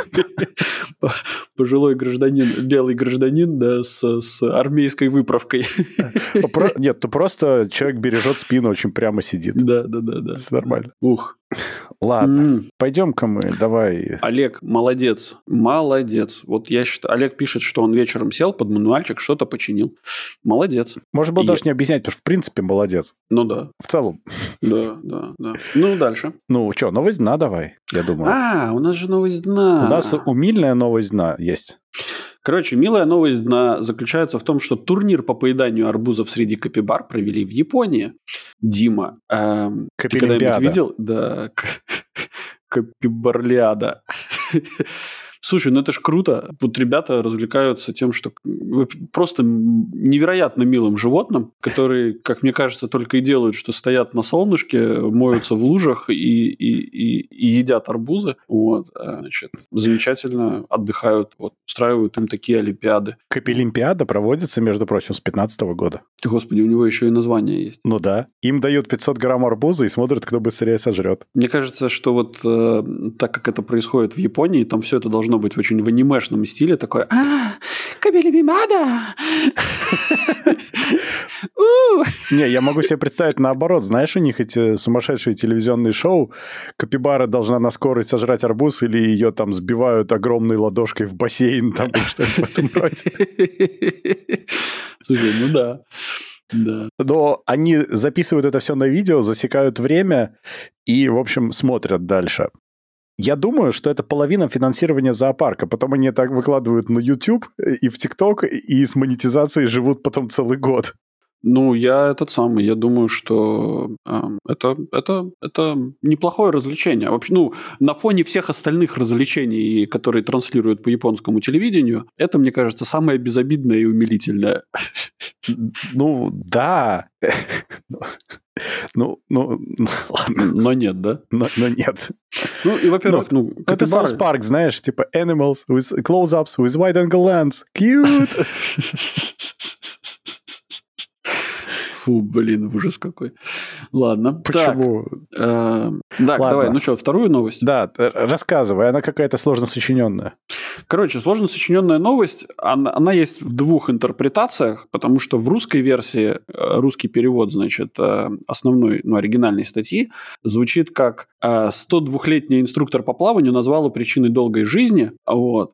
Пожилой гражданин, белый гражданин, да, с армейской выправкой. Нет, то просто человек бережет спину, очень прямо сидит. Да. Все нормально. Ух. Ладно, пойдем-ка мы, давай. Олег, молодец. Вот я считаю, Олег пишет, что он вечером сел под мануальчик, что-то починил. Молодец. Можно было даже не объяснять, потому что в принципе молодец. Да. В целом. Да. Дальше. Что, новость дна давай, я думаю. У нас же новость дна. У нас умильная новость дна есть. Милая новость дна заключается в том, что турнир по поеданию арбузов среди капибар провели в Японии. Дима, ты когда-нибудь видел? Да, Капибарлиада. Слушай, ну это ж круто. Вот ребята развлекаются тем, что просто невероятно милым животным, которые, как мне кажется, только и делают, что стоят на солнышке, моются в лужах и едят арбузы. Вот, значит, замечательно отдыхают, вот, устраивают им такие олимпиады. Капилимпиада проводится, между прочим, с 2015 года. Господи, у него еще и название есть. Ну да. Им дают 500 грамм арбуза и смотрят, кто быстрее сожрет. Мне кажется, что вот так как это происходит в Японии, там все это должно быть очень в анимешном стиле, такое «Кабелевимада!» Не, я могу себе представить наоборот. Знаешь, у них эти сумасшедшие телевизионные шоу, капибара должна на скорость сожрать арбуз, или ее там сбивают огромной ладошкой в бассейн, там, или что-то в этом роде. Слушай, ну да. Да. Но они записывают это все на видео, засекают время и, в общем, смотрят дальше. Я думаю, что это половина финансирования зоопарка. Потом они это выкладывают на YouTube и в TikTok, и с монетизацией живут потом целый год. Ну, я думаю, что это неплохое развлечение. Вообще, ну, на фоне всех остальных развлечений, которые транслируют по японскому телевидению, это, мне кажется, самое безобидное и умилительное. Ну, да. Ну, ладно. Но нет, да? Но нет. Ну, и, во-первых, это South Park, знаешь, типа animals with close-ups with wide-angle lens. Cute! Фу, блин, ужас какой. Ладно. Почему? Так, давай, ну что, вторую новость? Да, рассказывай, она какая-то сложно сочиненная. Короче, сложно сочиненная новость, она есть в двух интерпретациях, потому что в русской версии, русский перевод, значит, основной, оригинальной статьи звучит как «102-летний инструктор по плаванию назвала причиной долгой жизни», вот,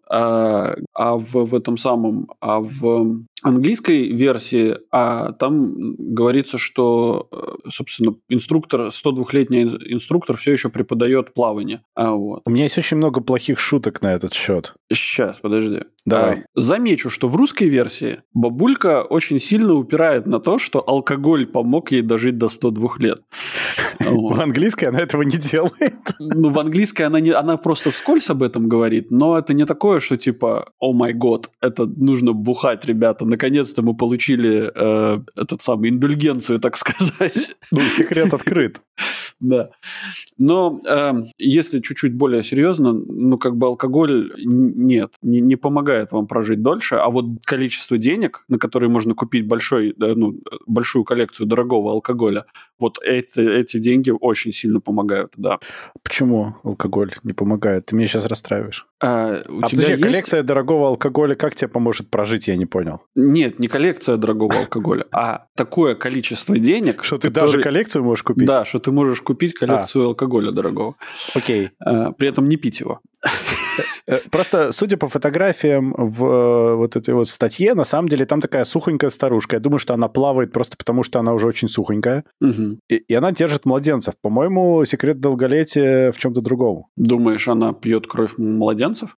в английской версии там говорится, что, собственно, 102-летний инструктор все еще преподает плавание. Вот. У меня есть очень много плохих шуток на этот счет. Сейчас, подожди. Давай. Замечу, что в русской версии бабулька очень сильно упирает на то, что алкоголь помог ей дожить до 102 лет. В английской она этого не делает. Ну, в английской она просто вскользь об этом говорит, но это не такое, что типа «О май год, это нужно бухать, ребята, наконец-то мы получили индульгенцию, так сказать». Ну, секрет открыт. Да. Но если чуть-чуть более серьезно, алкоголь не помогает вам прожить дольше, а вот количество денег, на которые можно купить большую коллекцию дорогого алкоголя, вот эти деньги очень сильно помогают, да. Почему алкоголь не помогает? Ты меня сейчас расстраиваешь. Подожди, коллекция дорогого алкоголя как тебе поможет прожить, я не понял. Нет, не коллекция дорогого алкоголя, а такое количество денег... Что ты даже коллекцию можешь купить? Да, что ты можешь купить коллекцию алкоголя дорогого. Окей. При этом не пить его. Просто, судя по фотографиям в вот этой вот статье, на самом деле там такая сухонькая старушка. Я думаю, что она плавает просто потому, что она уже очень сухонькая. Угу. И она держит младенцев. По-моему, секрет долголетия в чем-то другом. Думаешь, она пьет кровь младенцев?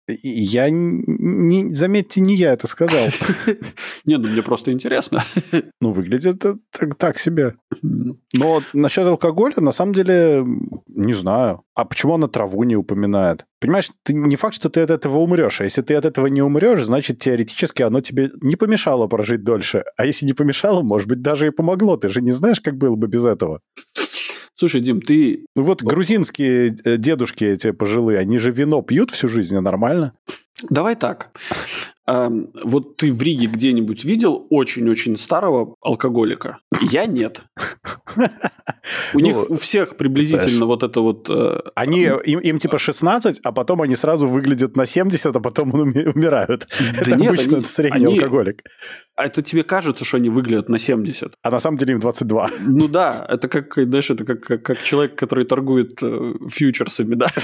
Заметьте, не я это сказал. Не, мне просто интересно. Ну, выглядит так себе. Но насчет алкоголя, на самом деле, не знаю. А почему она траву не упоминает? Понимаешь, не факт, что ты от этого умрешь. А если ты от этого не умрешь, значит, теоретически оно тебе не помешало прожить дольше. А если не помешало, может быть, даже и помогло. Ты же не знаешь, как было бы без этого. Слушай, Дим, ты... Ну вот грузинские дедушки эти пожилые, они же вино пьют всю жизнь, а нормально? Давай так. Вот ты в Риге где-нибудь видел очень-очень старого алкоголика? Я нет. У них у всех приблизительно вот это вот... Им типа 16, а потом они сразу выглядят на 70, а потом умирают. Это обычно средний алкоголик. А это тебе кажется, что они выглядят на 70? А на самом деле им 22. Ну да, это как, знаешь, это как человек, который торгует фьючерсами, да?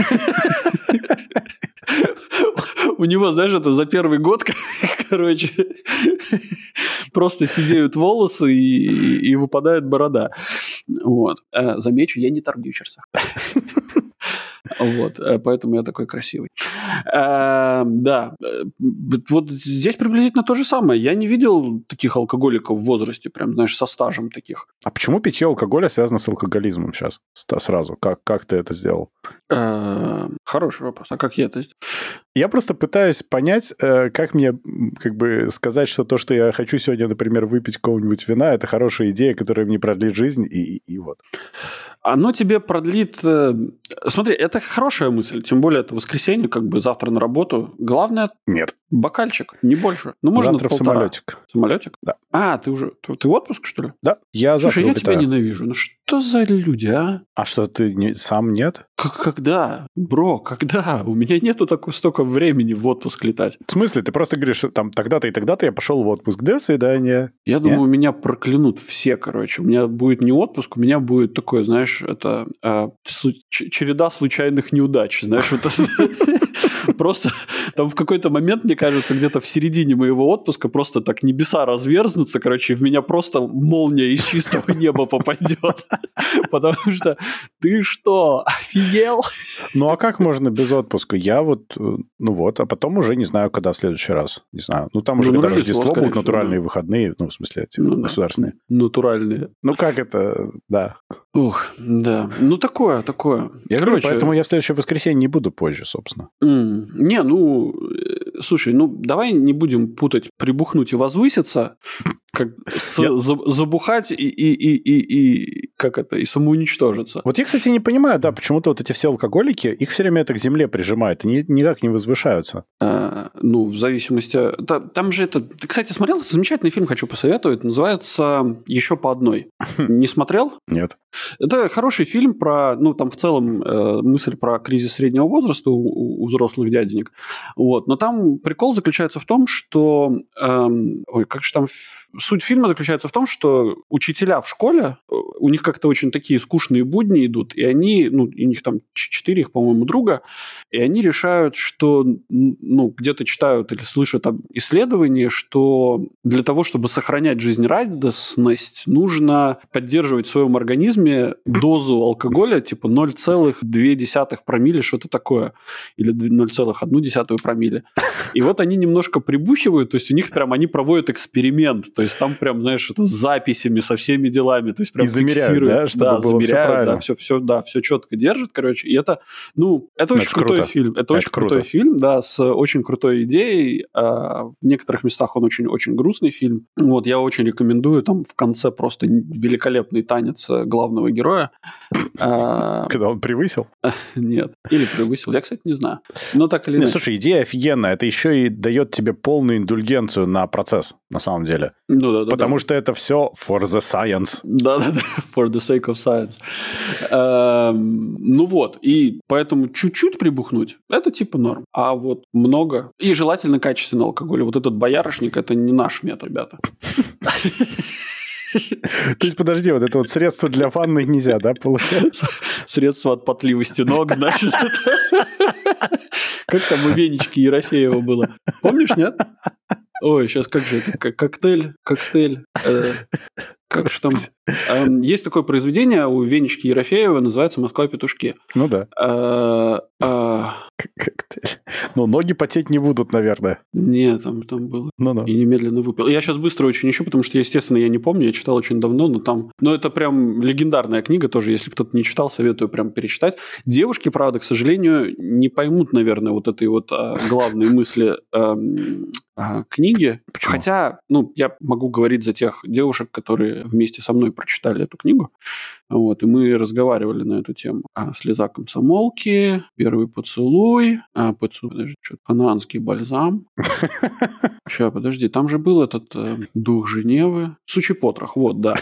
У него, знаешь, это за первый год, короче, просто сидеют волосы и выпадает борода. Вот. Замечу, я не торгую в фьючерсах. Вот, поэтому я такой красивый. Да, вот здесь приблизительно то же самое. Я не видел таких алкоголиков в возрасте, прям, знаешь, со стажем таких. А почему питье алкоголя связано с алкоголизмом сейчас? Сразу. Как ты это сделал? Хороший вопрос. А как я это сделал? Я просто пытаюсь понять, как мне как бы сказать, что то, что я хочу сегодня, например, выпить какого-нибудь вина, это хорошая идея, которая мне продлит жизнь, и вот. Оно тебе продлит... Смотри, это хорошая мысль, тем более это воскресенье, как бы завтра на работу. Главное... Нет. Бокальчик, не больше. Ну, можно завтра в самолетик. Самолетик? Да. Ты в отпуск, что ли? Да, я Слушай, завтра я улетаю. тебя ненавижу. Ну, что за люди, а? А что, ты сам нет? Когда? Бро, когда? У меня нету столько времени в отпуск летать. В смысле? Ты просто говоришь, там, тогда-то и тогда-то я пошел в отпуск. До свидания. Я думаю, меня проклянут все, короче. У меня будет не отпуск, у меня будет такое, знаешь, это череда случайных неудач. Знаешь, вот просто там в какой-то момент, мне кажется, где-то в середине моего отпуска просто так небеса разверзнутся, короче, и в меня просто молния из чистого неба попадет. Потому что ты что, офигел? Ну, а как можно без отпуска? Я вот, а потом уже не знаю, когда в следующий раз. Не знаю. Ну, там уже когда Рождество будут, натуральные выходные, в смысле, государственные. Натуральные. Ну, как это, да. Ух, да. Ну, такое. Я говорю, поэтому я в следующее воскресенье не буду позже, собственно. Слушай, давай не будем путать прибухнуть и возвыситься, как забухать и самоуничтожиться. Вот я, кстати, не понимаю, да, почему-то вот эти все алкоголики, их все время это к земле прижимает, они никак не возвышаются. В зависимости... Там же это... Ты, кстати, смотрел? Замечательный фильм, хочу посоветовать. Называется «Еще по одной». Не смотрел? Нет. Это хороший фильм про... там в целом мысль про кризис среднего возраста у взрослых дяденек. Вот. Но там прикол заключается в том, что... Суть фильма заключается в том, что учителя в школе, у них как-то очень такие скучные будни идут, и они, у них там 4, их, по-моему, друга, и они решают, что, где-то читают или слышат исследования, что для того, чтобы сохранять жизнерадостность, нужно поддерживать в своем организме дозу алкоголя, типа 0,2 промилле, что-то такое, или 0,1 промилле. И вот они немножко прибухивают, то есть у них прям, они проводят эксперимент, то есть там прям, знаешь, это с записями, со всеми делами, то есть прям и замеряют, да, чтобы было все правильно. Все четко держит, короче, и это, это очень крутой фильм, это очень крутой фильм, да, с очень крутой идеей, в некоторых местах он очень-очень грустный фильм, вот, я очень рекомендую, там в конце просто великолепный танец главного героя. Когда он превысил? Нет, или превысил, я, кстати, не знаю, но так или иначе. Слушай, идея офигенная, это еще и дает тебе полную индульгенцию на процесс, на самом деле. Потому что это все for the science. Да-да-да, for the sake of science. И поэтому чуть-чуть прибухнуть, это типа норм. А вот много, и желательно качественный алкоголь. Вот этот боярышник, это не наш мед, ребята. То есть, подожди, вот это вот средство для ванны нельзя, да, получается? Средство от потливости ног, значит. Как там у Венечки Ерофеева было? Помнишь, нет? Ой, сейчас как же это? Коктейль. Как же там? Есть такое произведение у Венечки Ерофеева, называется «Москва петушки». Ну да. Коктейль. Ноги потеть не будут, наверное. Нет, там было. И немедленно выпил. Я сейчас быстро очень ищу, потому что, естественно, я не помню, я читал очень давно, но там... это прям легендарная книга тоже, если кто-то не читал, советую прям перечитать. Девушки, правда, к сожалению, не поймут, наверное, вот этой вот главной мысли книги. Почему? Хотя, я могу говорить за тех девушек, которые вместе со мной прочитали эту книгу. Вот, и мы разговаривали на эту тему. «Слеза комсомолки», «Первый поцелуй», «Ханаанский бальзам». Сейчас, подожди, там же был этот «Дух Женевы». «Сучий потрох», вот, да.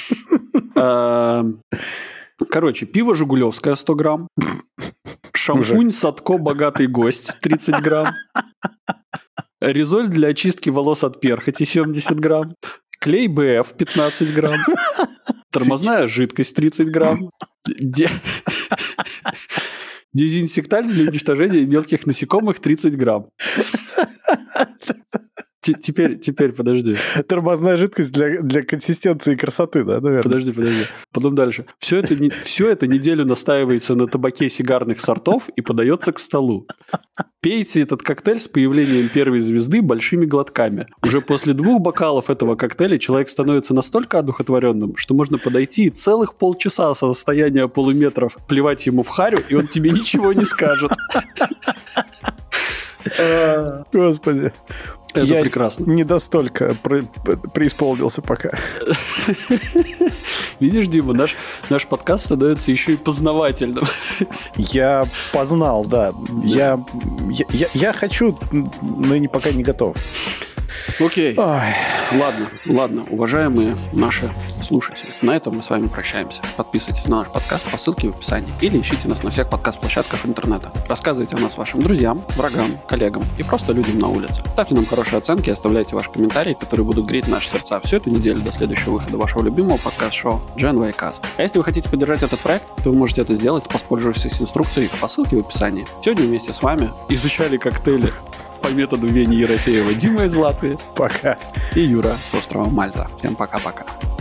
Короче, пиво «Жигулевское» 100 грамм. Шампунь «Садко богатый гость» 30 грамм. Резоль для очистки волос от перхоти 70 грамм. Клей БФ 15 грамм. Тормозная жидкость 30 грамм. Дезинсектант для уничтожения мелких насекомых 30 грамм. Теперь, подожди. Тормозная жидкость для консистенции и красоты, да, наверное? Подожди. Потом дальше. Все это неделю настаивается на табаке сигарных сортов и подается к столу. Пейте этот коктейль с появлением первой звезды большими глотками. Уже после 2 бокалов этого коктейля человек становится настолько одухотворенным, что можно подойти и целых полчаса со расстояния полуметров плевать ему в харю, и он тебе ничего не скажет. Господи. Это прекрасно. Не достолько преисполнился пока. Видишь, Дима, наш подкаст становится еще и познавательным. Я познал, да. Я хочу, но пока не готов. Окей. Ладно, уважаемые наши слушатели. На этом мы с вами прощаемся. Подписывайтесь на наш подкаст по ссылке в описании или ищите нас на всех подкаст-площадках интернета. Рассказывайте о нас вашим друзьям, врагам, коллегам и просто людям на улице. Ставьте нам хорошие оценки и оставляйте ваши комментарии, которые будут греть наши сердца всю эту неделю до следующего выхода вашего любимого подкаст-шоу Gen Y Cast. А если вы хотите поддержать этот проект, то вы можете это сделать, воспользовавшись инструкцией по ссылке в описании. Сегодня вместе с вами изучали коктейли по методу Вени Ерофеева Дима из Латвии. Пока. И Юра с острова Мальта. Всем пока-пока.